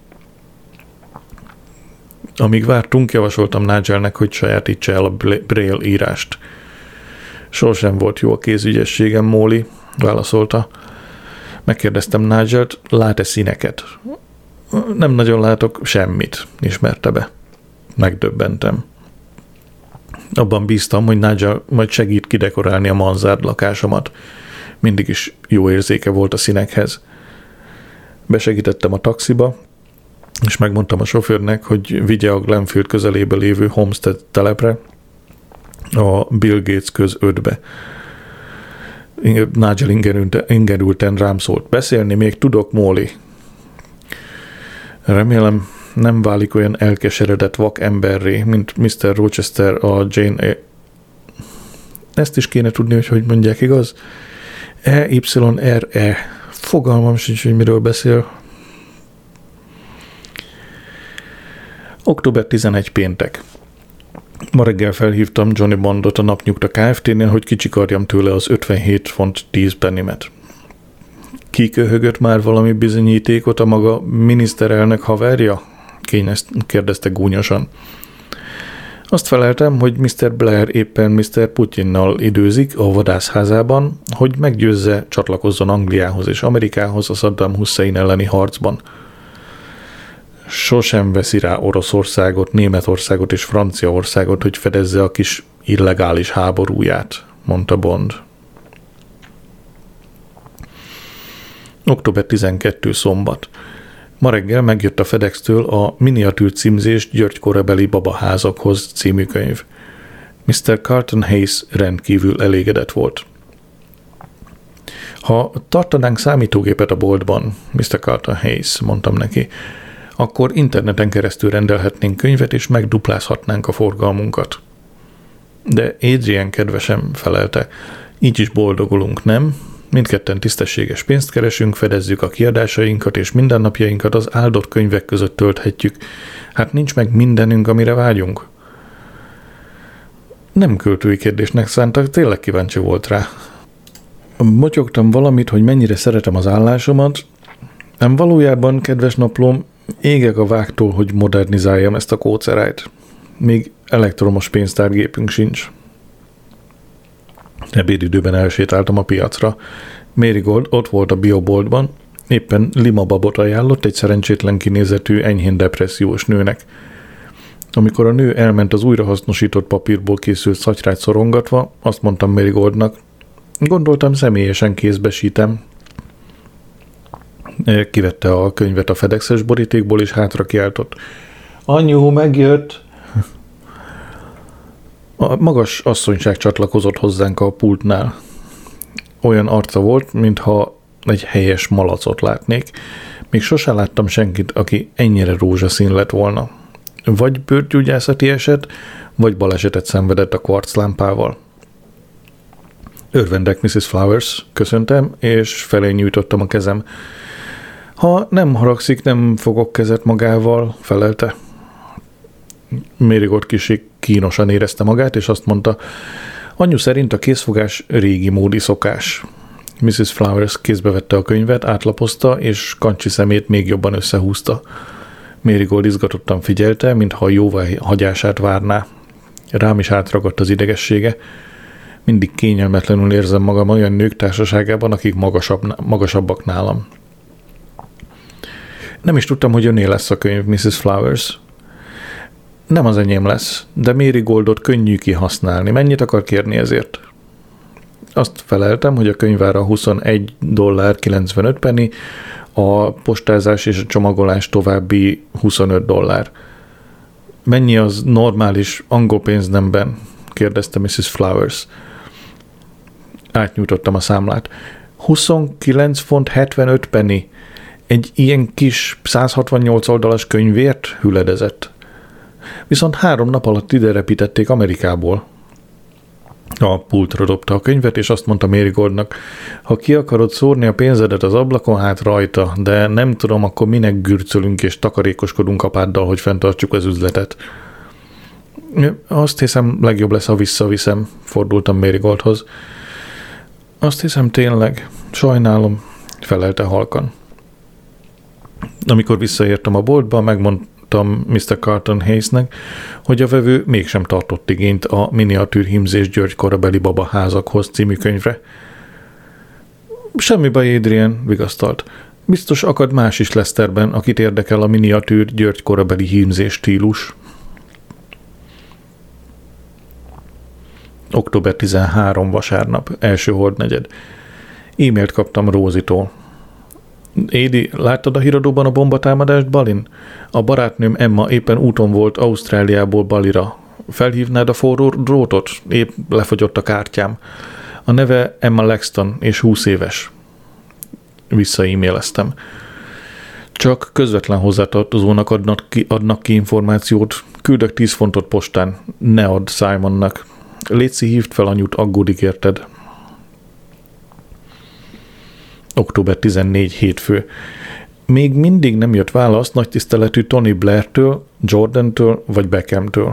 Amíg vártunk, javasoltam Nigelnek, hogy sajátítsa el a Braille írást. Sosem volt jó a kézügyességem, Móli, válaszolta. Megkérdeztem Nigelt, lát-e színeket? Nem nagyon látok semmit, ismerte be. Megdöbbentem. Abban bíztam, hogy Nigel majd segít kidekorálni a manzárd lakásomat. Mindig is jó érzéke volt a színekhez. Besegítettem a taxiba, és megmondtam a sofőrnek, hogy vigye a Glenfield közelébe lévő Homestead telepre, a Bill Gates köz 5-be. Nigel ingerülten rám szólt. Beszélni még tudok, Móli. Remélem nem válik olyan elkeseredett vak emberré, mint Mr. Rochester a Jane Ezt is kéne tudni, hogy mondják, igaz? E-Y-R-E. Fogalmam sincs, hogy miről beszél. Október 11 péntek. Ma reggel felhívtam Johnny Bondot a Napnyugta Kft-nél, hogy kicsikarjam tőle az 57 font 10 pennimet. Kiköhögött már valami bizonyítékot a maga miniszterelnök haverja? Kérdezte gúnyosan. Azt feleltem, hogy Mr. Blair éppen Mr. Putyinnal időzik a vadászházában, hogy meggyőzze, csatlakozzon Angliához és Amerikához a Saddam Hussein elleni harcban. Sosem veszi rá Oroszországot, Németországot és Franciaországot, hogy fedezze a kis illegális háborúját, mondta Bond. Október 12 szombat. Ma reggel megjött a FedEx-től a Miniatűr címzés György korabeli babaházakhoz című könyv. Mr. Carlton Hayes rendkívül elégedett volt. Ha tartanánk számítógépet a boltban, Mr. Carlton Hayes, mondtam neki, akkor interneten keresztül rendelhetnénk könyvet, és megduplázhatnánk a forgalmunkat. De Adrian kedvesem, felelte, így is boldogulunk, nem? Mindketten tisztességes pénzt keresünk, fedezzük a kiadásainkat, és mindennapjainkat az áldott könyvek között tölthetjük. Hát nincs meg mindenünk, amire vágyunk? Nem költői kérdésnek szánta, tényleg kíváncsi volt rá. Motyogtam valamit, hogy mennyire szeretem az állásomat, nem valójában, kedves naplóm, égek a vágtól, hogy modernizáljam ezt a kócerájt. Még elektromos pénztárgépünk sincs. Ebédidőben elsétáltam a piacra. Marigold ott volt a bioboltban, éppen limababot ajánlott egy szerencsétlen kinézetű, enyhén depressziós nőnek. Amikor a nő elment az újrahasznosított papírból készült szatyrát szorongatva, azt mondtam Marigoldnak, gondoltam személyesen kézbesítem. Kivette a könyvet a FedEx-es borítékból, és hátra kiáltott. Anyu, megjött! A magas asszonyság csatlakozott hozzánk a pultnál. Olyan arca volt, mintha egy helyes malacot látnék. Még sosem láttam senkit, aki ennyire rózsaszín lett volna. Vagy bőrgyógyászati eset, vagy balesetet szenvedett a kvarclámpával. Örvendek, Mrs. Flowers, köszöntem, és felé nyújtottam a kezem. Ha nem haragszik, nem fogok kezet magával, felelte. Marigold kicsit kínosan érezte magát, és azt mondta, anyu szerint a készfogás régi módi szokás. Mrs. Flowers kézbe vette a könyvet, átlapozta, és kancsi szemét még jobban összehúzta. Marigold izgatottan figyelte, mintha a jóváhagyását várná. Rám is átragadt az idegessége. Mindig kényelmetlenül érzem magam olyan nők társaságában, akik magasabbak nálam. Nem is tudtam, hogy öné lesz a könyv, Mrs. Flowers. Nem az enyém lesz, de Marigoldot könnyű kihasználni. Mennyit akar kérni ezért? Azt feleltem, hogy a könyvára $21.95, a postázás és a csomagolás további $25. Mennyi az normális angol pénznemben? Kérdezte Mrs. Flowers. Átnyújtottam a számlát. 29.75. Egy ilyen kis 168 oldalas könyvért hüledezett. Viszont 3 nap alatt ide repítették Amerikából. A pultra dobta a könyvet, és azt mondta Marigoldnak, ha ki akarod szórni a pénzedet az ablakon, hát rajta, de nem tudom, akkor minek gürcölünk és takarékoskodunk apáddal, hogy fenntartsuk az üzletet. Azt hiszem, legjobb lesz, ha visszaviszem, fordultam Marigoldhoz. Azt hiszem tényleg, sajnálom, felelte halkan. Amikor visszaértem a boltba, megmondtam Mr. Carlton Hayesnek, hogy a vevő mégsem tartott igényt a Miniatűrhímzés György korabeli babaházakhoz című könyvre. Semmi baj, Adrian, vigasztalt. Biztos akad más is Leicesterben, akit érdekel a miniatűr György korabeli hímzés stílus. Október 13 vasárnap, első hordnegyed. E-mailt kaptam Rózitól. Édi, láttad a híradóban a bombatámadást Balin? A barátnőm Emma éppen úton volt Ausztráliából Balira. Felhívnád a forró drótot? Épp lefogyott a kártyám. A neve Emma Lexton, és 20 éves. Vissza-e-maileztem. Csak közvetlen hozzátartozónak adnak ki információt. Küldök 10 fontot postán. Ne add Simonnak. Léci, hívd fel anyut, aggódik érted. Október 14 hétfő. Még mindig nem jött válasz nagy tiszteletű Tony Blairtől, Jordantől vagy Beckhamtől.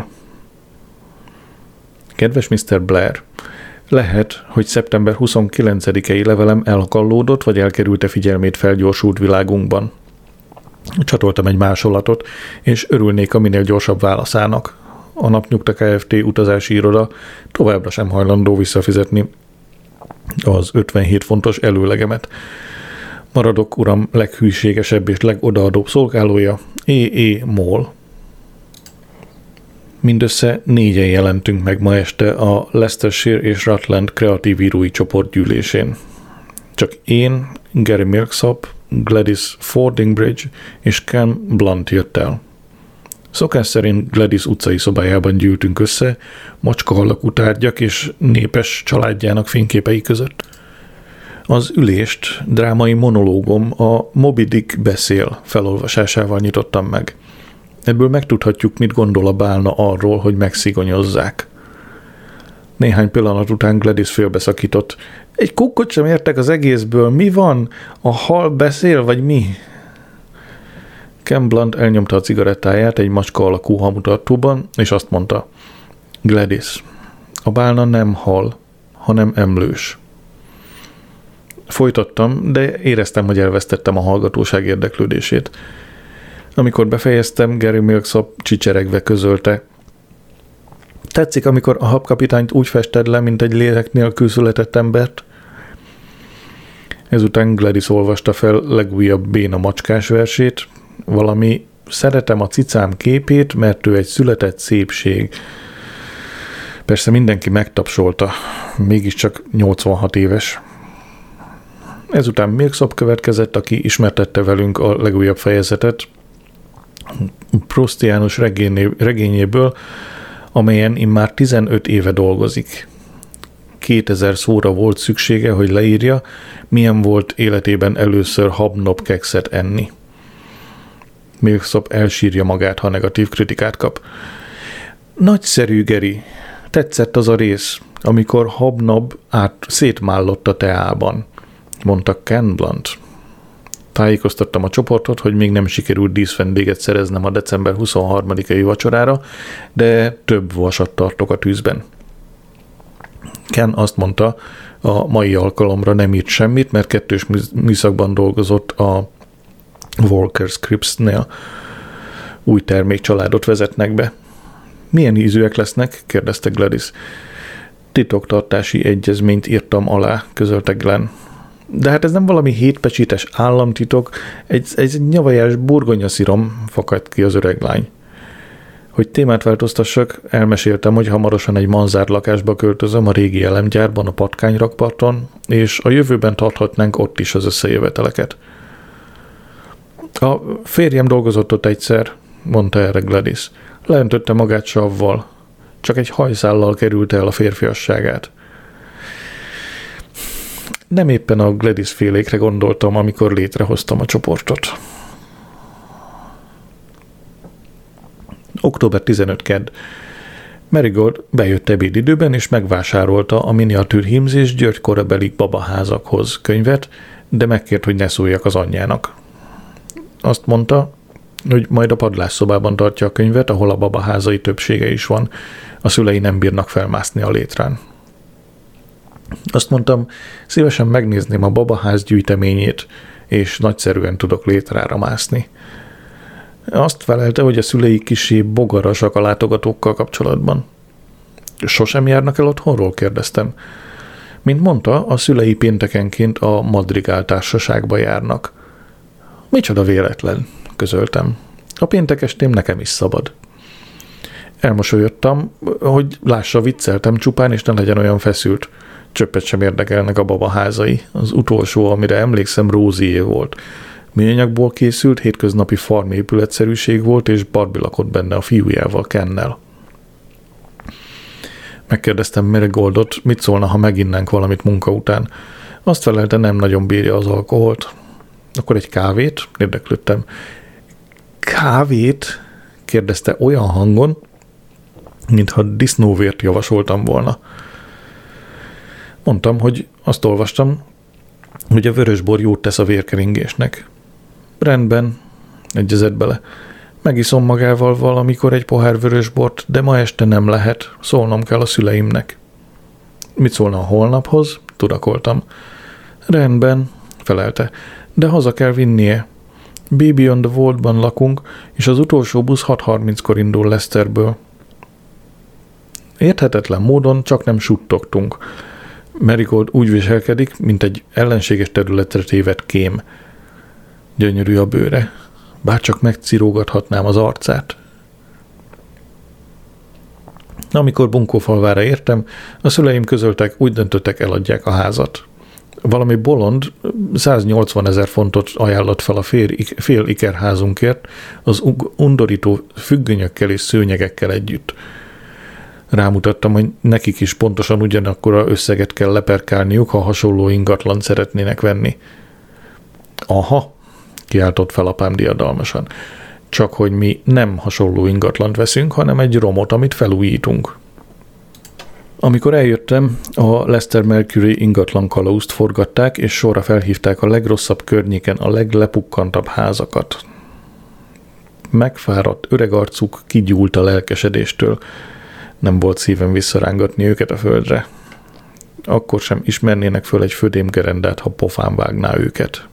Kedves Mr. Blair, lehet, hogy szeptember 29-i levelem elkallódott, vagy elkerülte figyelmét felgyorsult világunkban. Csatoltam egy másolatot, és örülnék a minél gyorsabb válaszának. A Napnyugta Kft. Utazási iroda továbbra sem hajlandó visszafizetni az 57 fontos előlegemet. Maradok, uram, leghűségesebb és legodaadóbb szolgálója, E.E. Moll. Mindössze 4-en jelentünk meg ma este a Leicestershire és Rutland kreatív írói csoportgyűlésén. Csak én, Gary Milksop, Gladys Fordingbridge és Cam Blunt jött el. Szokás szerint Gladys utcai szobájában gyűltünk össze, macska alakú tárgyak és népes családjának fényképei között. Az ülést drámai monológom a Moby Dick beszél felolvasásával nyitottam meg. Ebből megtudhatjuk, mit gondol a bálna arról, hogy megszigonyozzák. Néhány pillanat után Gladys félbeszakított. Egy kukkot sem értek az egészből. Mi van? A hal beszél, vagy mi? Cam Blunt elnyomta a cigarettáját egy macska alakú hamutartóban, és azt mondta. Gladys, a bálna nem hal, hanem emlős. Folytattam, de éreztem, hogy elvesztettem a hallgatóság érdeklődését. Amikor befejeztem, Gary Milksop csicseregve közölte. Tetszik, amikor a habkapitányt úgy fested le, mint egy lélek nélkül született embert? Ezután Gladys olvasta fel legújabb béna macskás versét, valami szeretem a cicám képét, mert ő egy született szépség. Persze mindenki megtapsolta, mégiscsak 86 éves. Ezután Milksop következett, aki ismertette velünk a legújabb fejezetet Proust János regényéből, amelyen immár 15 éve dolgozik. 2000 szóra volt szüksége, hogy leírja, milyen volt életében először habnop-kekszet enni. Milksop elsírja magát, ha negatív kritikát kap. Nagyszerű, Geri. Tetszett az a rész, amikor Habnob szétmállott a teában, mondta Ken Blunt. Tájékoztattam a csoportot, hogy még nem sikerült díszvendéget szereznem a december 23-ai vacsorára, de több vasat tartok a tűzben. Ken azt mondta, a mai alkalomra nem írt semmit, mert kettős műszakban dolgozott a Walker Scripps-nél. Új termékcsaládot vezetnek be. Milyen ízűek lesznek? Kérdezte Gladys. Titoktartási egyezményt írtam alá, közölte Glenn. De hát ez nem valami hétpecsétes államtitok, egy nyavajás burgonyaszirom, fakadt ki az öreg lány. Hogy témát változtassak, elmeséltem, hogy hamarosan egy manzár lakásba költözöm a régi elemgyárban a patkányrakparton, és a jövőben tarthatnánk ott is az összejöveteleket. A férjem dolgozott ott egyszer, mondta erre Gladys. Leöntötte magát savval. Csak egy hajszállal kerülte el a férfiasságát. Nem éppen a Gladys félékre gondoltam, amikor létrehoztam a csoportot. Október 15 kedd. Marigold bejött ebédidőben, és megvásárolta a miniatűr hímzés György korabeli babaházakhoz könyvet, de megkért, hogy ne szóljak az anyjának. Azt mondta, hogy majd a padlásszobában tartja a könyvet, ahol a babaházai többsége is van. A szülei nem bírnak felmászni a létrán. Azt mondtam, szívesen megnézném a babaház gyűjteményét, és nagyszerűen tudok létrára mászni. Azt felelte, hogy a szülei kissé bogarasak a látogatókkal kapcsolatban. Sosem járnak el otthonról? Kérdeztem. Mint mondta, a szülei péntekenként a Madrigál társaságba járnak. Micsoda véletlen, közöltem. A péntek estém nekem is szabad. Elmosolyodtam, hogy lássa, vicceltem csupán, és ne legyen olyan feszült. Csöppet sem érdekelnek a babaházai. Az utolsó, amire emlékszem, Rózié volt. Műanyagból készült, hétköznapi farmépületszerűség volt, és Barbie lakott benne a fiújával, Kennel. Megkérdeztem Marigoldot, mit szólna, ha meginnánk valamit munka után. Azt felelte, nem nagyon bírja az alkoholt. Akkor egy kávét? Érdeklődtem. Kávét? Kérdezte olyan hangon, mintha disznóvért javasoltam volna. Mondtam, hogy azt olvastam, hogy a vörösbor jót tesz a vérkeringésnek. Rendben, egyezett bele. Megiszom magával valamikor egy pohár vörösbort, de ma este nem lehet, szólnom kell a szüleimnek. Mit szólna a holnaphoz? Tudakoltam. Rendben, felelte, de haza kell vinnie. Baby on the Vault-ban lakunk, és az utolsó busz 6:30-kor indul Leicesterből. Érthetetlen módon csak nem suttogtunk. Marigold úgy viselkedik, mint egy ellenséges területre tévedt kém. Gyönyörű a bőre. Bárcsak megcirógathatnám az arcát. Amikor Bunkófalvára értem, a szüleim közöltek, úgy döntöttek, eladják a házat. Valami bolond 180 000 fontot ajánlott fel a fél ikerházunkért, az undorító függönyökkel és szőnyegekkel együtt. Rámutattam, hogy nekik is pontosan ugyanakkora összeget kell leperkálniuk, ha hasonló ingatlant szeretnének venni. Aha, kiáltott fel apám diadalmasan. Csak hogy mi nem hasonló ingatlant veszünk, hanem egy romot, amit felújítunk. Amikor eljöttem, a Leicester Mercury ingatlan kalauzt forgatták, és sorra felhívták a legrosszabb környéken a leglepukkantabb házakat. Megfáradt öreg arcuk kigyúlt a lelkesedéstől. Nem volt szívem visszarángatni őket a földre. Akkor sem ismernének föl egy födémgerendát, ha pofán vágná őket.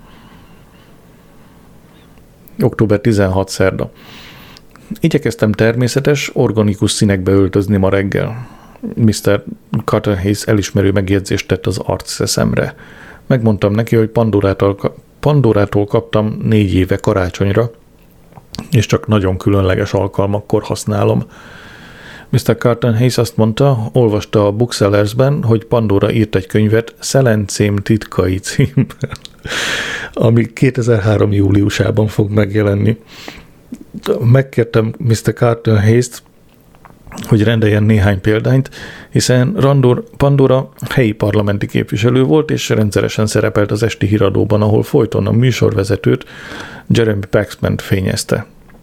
Október 16 szerda. Igyekeztem természetes, organikus színekbe öltözni ma reggel. Mr. Cutterhays elismerő megjegyzést tett az arcszeszemre. Megmondtam neki, hogy Pandorától kaptam 4 éve karácsonyra, és csak nagyon különleges alkalmakkor használom. Mr. Carlton Hayes azt mondta, olvasta a Booksellersben, hogy Pandora írt egy könyvet Szelencém titkai címmel, ami 2003. júliusában fog megjelenni. Megkértem Mr. Carlton Hayes-t, hogy rendeljen néhány példányt, hiszen Pandora helyi parlamenti képviselő volt, és rendszeresen szerepelt az esti híradóban, ahol folyton a műsorvezetőt, Jeremy Paxman fényezte.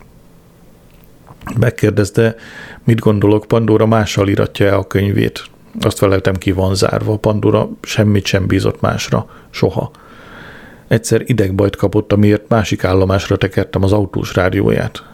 Megkérdezte, mit gondolok, Pandora mással iratja-e a könyvét. Azt feleltem, ki van zárva. Pandora semmit sem bízott másra. Soha. Egyszer idegbajt kapott, amiért másik állomásra tekertem az autós rádióját.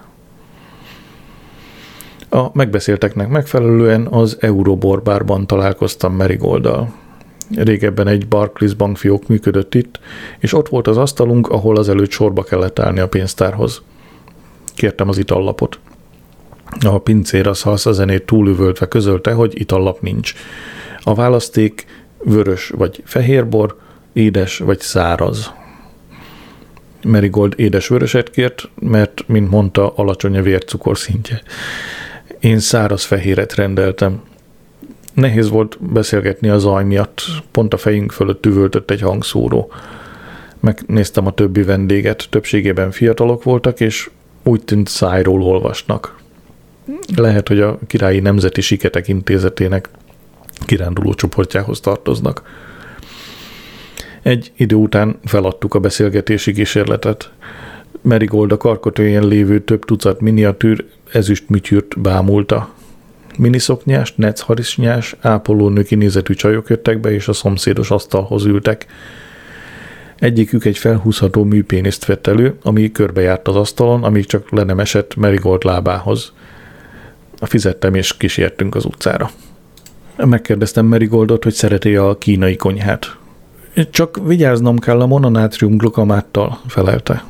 A megbeszélteknek megfelelően az Eurobor bárban találkoztam Marigolddal. Régebben egy Barclays bankfiók működött itt, és ott volt az asztalunk, ahol azelőtt sorba kellett állni a pénztárhoz. Kértem az itallapot. A pincér az halszazenét túlüvöltve közölte, hogy itallap nincs. A választék vörös vagy fehérbor, édes vagy száraz. Marigold édes vöröset kért, mert, mint mondta, alacsony a vércukor szintje. Én száraz fehéret rendeltem. Nehéz volt beszélgetni a zaj miatt, pont a fejünk fölött üvöltött egy hangszóró. Megnéztem a többi vendéget, többségében fiatalok voltak, és úgy tűnt szájról olvasnak. Lehet, hogy a Királyi Nemzeti Siketek Intézetének kiránduló csoportjához tartoznak. Egy idő után feladtuk a beszélgetési kísérletet. Marigold a karkötőjén lévő több tucat miniatűr ezüstmütyűrt bámulta. Miniszoknyás, necharisnyás, ápolónő kinézetű csajok jöttek be, és a szomszédos asztalhoz ültek. Egyikük egy felhúzható műpéniszt vett elő, ami körbejárt az asztalon, amíg csak le nem esett Marigold lábához. Fizettem, és kísértünk az utcára. Megkérdeztem Marigoldot, hogy szereti a kínai konyhát. Csak vigyáznom kell a mononátrium glukamáttal, felelte.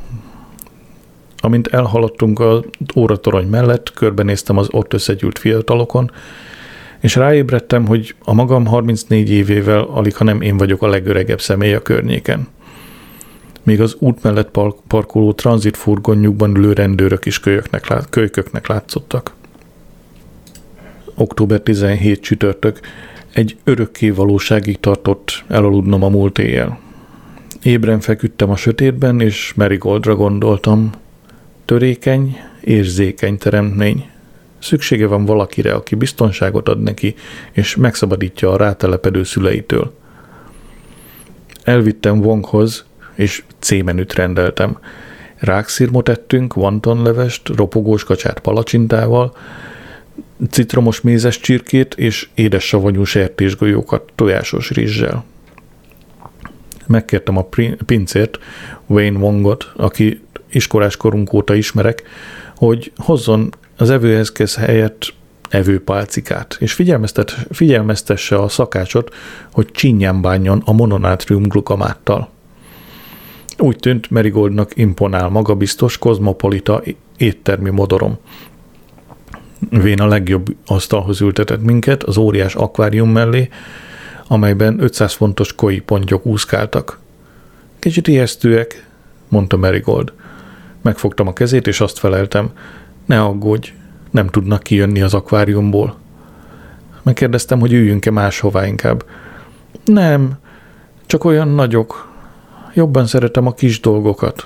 Amint elhaladtunk az óratorony mellett, körbenéztem az ott összegyűlt fiatalokon, és ráébredtem, hogy a magam 34 évével aligha nem én vagyok a legöregebb személy a környéken. Még az út mellett parkoló tranzitfurgonjukban ülő rendőrök is kölyköknek látszottak. Október 17 csütörtök. Egy örökké valóságig tartott elaludnom a múlt éjjel. Ébren feküdtem a sötétben, és Marigoldra gondoltam. Törékeny, érzékeny teremtmény. Szüksége van valakire, aki biztonságot ad neki, és megszabadítja a rátelepedő szüleitől. Elvittem Wonghoz, és C-menüt rendeltem. Rákszirmot ettünk, wontonlevest, ropogós kacsát palacsintával, citromos mézes csirkét és édes savanyú sertésgolyókat tojásos rizssel. Megkértem a pincért, Wayne Wongot, aki iskolás korunk óta ismerek, hogy hozzon az evőeszköz helyett evőpálcikát, és figyelmeztesse a szakácsot, hogy csinyán bánjon a mononátrium glukamáttal. Úgy tűnt, Marigoldnak imponál magabiztos, kozmopolita éttermi modorom. Vén a legjobb asztalhoz ültetett minket az óriás akvárium mellé, amelyben 500 fontos koi pontyok úszkáltak. Kicsit ijesztőek, mondta Marigold. Megfogtam a kezét, és azt feleltem, ne aggódj, nem tudnak kijönni az akváriumból. Megkérdeztem, hogy üljünk-e máshová inkább. Nem, csak olyan nagyok. Jobban szeretem a kis dolgokat.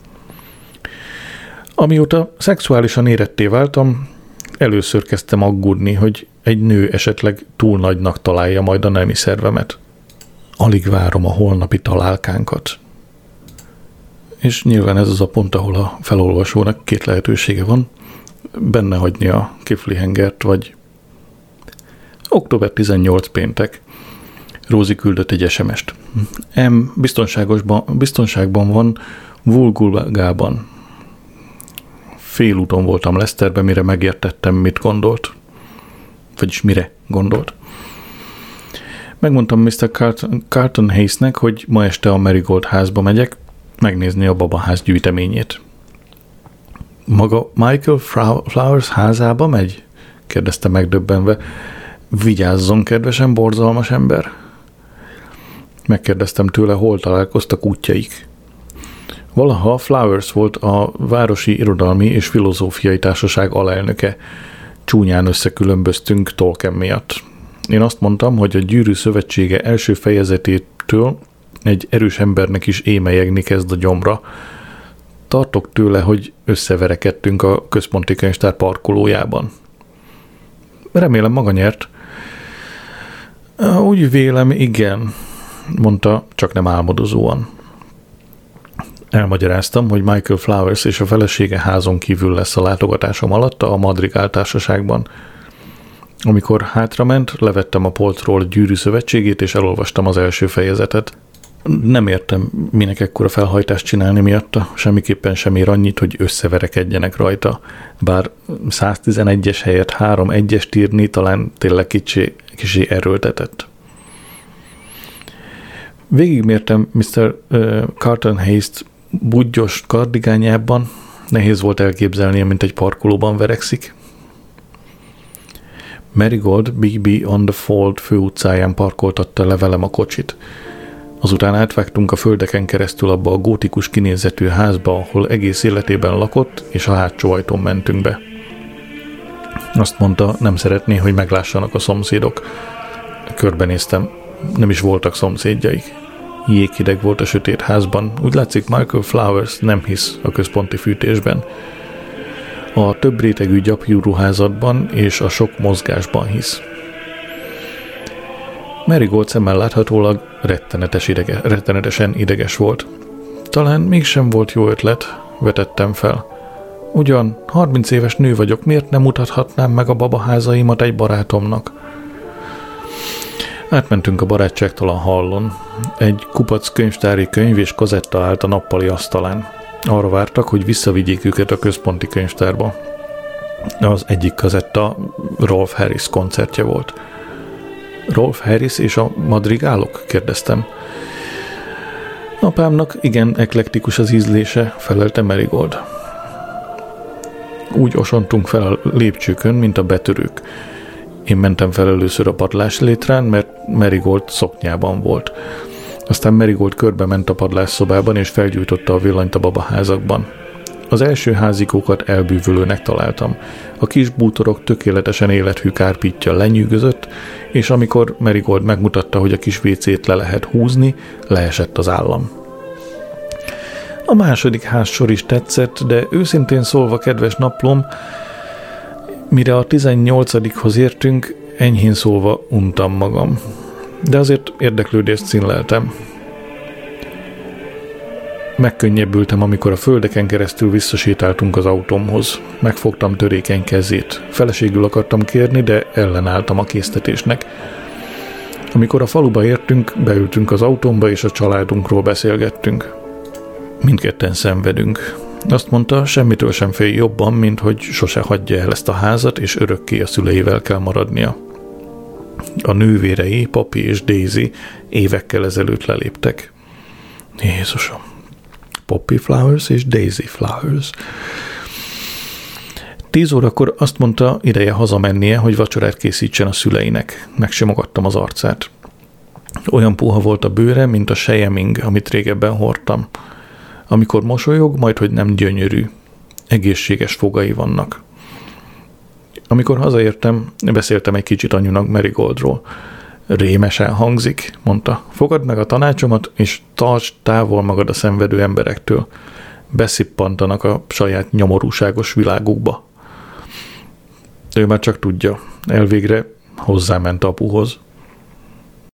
Amióta szexuálisan éretté váltam, először kezdtem aggódni, hogy egy nő esetleg túl nagynak találja majd a nemi szervemet. Alig várom a holnapi találkánkat. És nyilván ez az a pont, ahol a felolvasónak két lehetősége van. Benne hagyni a kiflihengert, vagy október 18 péntek. Rózi küldött egy SMS-t. Biztonságban van Vulgulgában. Félúton voltam Leicesterben, mire megértettem, mit gondolt. Vagyis mire gondolt. Megmondtam Mr. Carlton Hayesnek, hogy ma este a Marigold házba megyek, megnézni a babaház gyűjteményét. Maga Michael Flowers házába megy? Kérdezte megdöbbenve. Vigyázzon, kedvesen, borzalmas ember. Megkérdeztem tőle, hol találkoztak útjaik. Valaha Flowers volt a Városi Irodalmi és Filozófiai Társaság alelnöke. Csúnyán összekülönböztünk Tolkien miatt. Én azt mondtam, hogy a Gyűrű Szövetsége első fejezetétől egy erős embernek is émelyegni kezd a gyomra. Tartok tőle, hogy összeverekedtünk a központi könyvtár parkolójában. Remélem maga nyert. Úgy vélem, igen, mondta, csak nem álmodozóan. Elmagyaráztam, hogy Michael Flowers és a felesége házon kívül lesz a látogatásom alatt a Madrigal társaságban. Amikor hátrament, levettem a polcról a Gyűrű Szövetségét, és elolvastam az első fejezetet. Nem értem, minek ekkora felhajtást csinálni miatta, semmiképpen sem ér annyit, hogy összeverekedjenek rajta. Bár 111-es helyett 3 1-est írni talán tényleg kicsi erőltetett. Végigmértem Mr. Carlton Hayes-t budgyos kardigányában, nehéz volt elképzelnie, mint egy parkolóban verekszik. Marigold BB on the Fold főutcáján parkoltatta le velem a kocsit. Azután átvágtunk a földeken keresztül abba a gótikus kinézetű házba, ahol egész életében lakott, és a hátsó ajtón mentünk be. Azt mondta, nem szeretné, hogy meglássanak a szomszédok. Körbenéztem, nem is voltak szomszédjaik. Jéghideg volt a sötét házban, úgy látszik Michael Flowers nem hisz a központi fűtésben. A több rétegű gyapjú ruházatban és a sok mozgásban hisz. Marigold szemmel láthatólag rettenetesen ideges volt. Talán mégsem volt jó ötlet, vetettem fel. Ugyan, 30 éves nő vagyok, miért nem mutathatnám meg a babaházaimat egy barátomnak? Átmentünk a barátságtalan hallon. Egy kupac könyvtári könyv és kazetta állt a nappali asztalán. Arra vártak, hogy visszavigyék őket a központi könyvtárba. Az egyik kazetta Rolf Harris koncertje volt. Rolf Harris és a madrigálok? Kérdeztem. Apámnak igen eklektikus az ízlése, felelte Marigold. Úgy osontunk fel a lépcsőkön, mint a betörők. Én mentem fel először a padláslétrán, mert Marigold szoknyában volt. Aztán Marigold körbe ment a padlásszobában, és felgyújtotta a villanyt a babaházakban. Az első házikókat elbűvölőnek találtam. A kis bútorok tökéletesen élethű kárpítja lenyűgözött, és amikor Marigold megmutatta, hogy a kis vécét le lehet húzni, leesett az állam. A második házsor is tetszett, de őszintén szólva, kedves naplom, mire a 18-hoz értünk, enyhén szólva untam magam. De azért érdeklődést színleltem. Megkönnyebbültem, amikor a földeken keresztül visszasétáltunk az autómhoz. Megfogtam törékeny kezét. Feleségül akartam kérni, de ellenálltam a késztetésnek. Amikor a faluba értünk, beültünk az autómba, és a családunkról beszélgettünk. Mindketten szenvedünk. Azt mondta, semmitől sem fél jobban, mint hogy sose hagyja el ezt a házat, és örökké a szüleivel kell maradnia. A nővérei, Papi és Daisy évekkel ezelőtt leléptek. Jézusom! Poppy Flowers és Daisy Flowers. 10 órakor azt mondta, ideje hazamennie, hogy vacsorát készítsen a szüleinek. Megsimogattam az arcát. Olyan puha volt a bőre, mint a sejeming, amit régebben hordtam. Amikor mosolyog, majd hogy nem gyönyörű. Egészséges fogai vannak. Amikor hazaértem, beszéltem egy kicsit anyunak Marigoldról. Rémesen hangzik, mondta. Fogadd meg a tanácsomat, és tartsd távol magad a szenvedő emberektől. Beszippantanak a saját nyomorúságos világukba. Ő már csak tudja. Elvégre hozzáment apuhoz.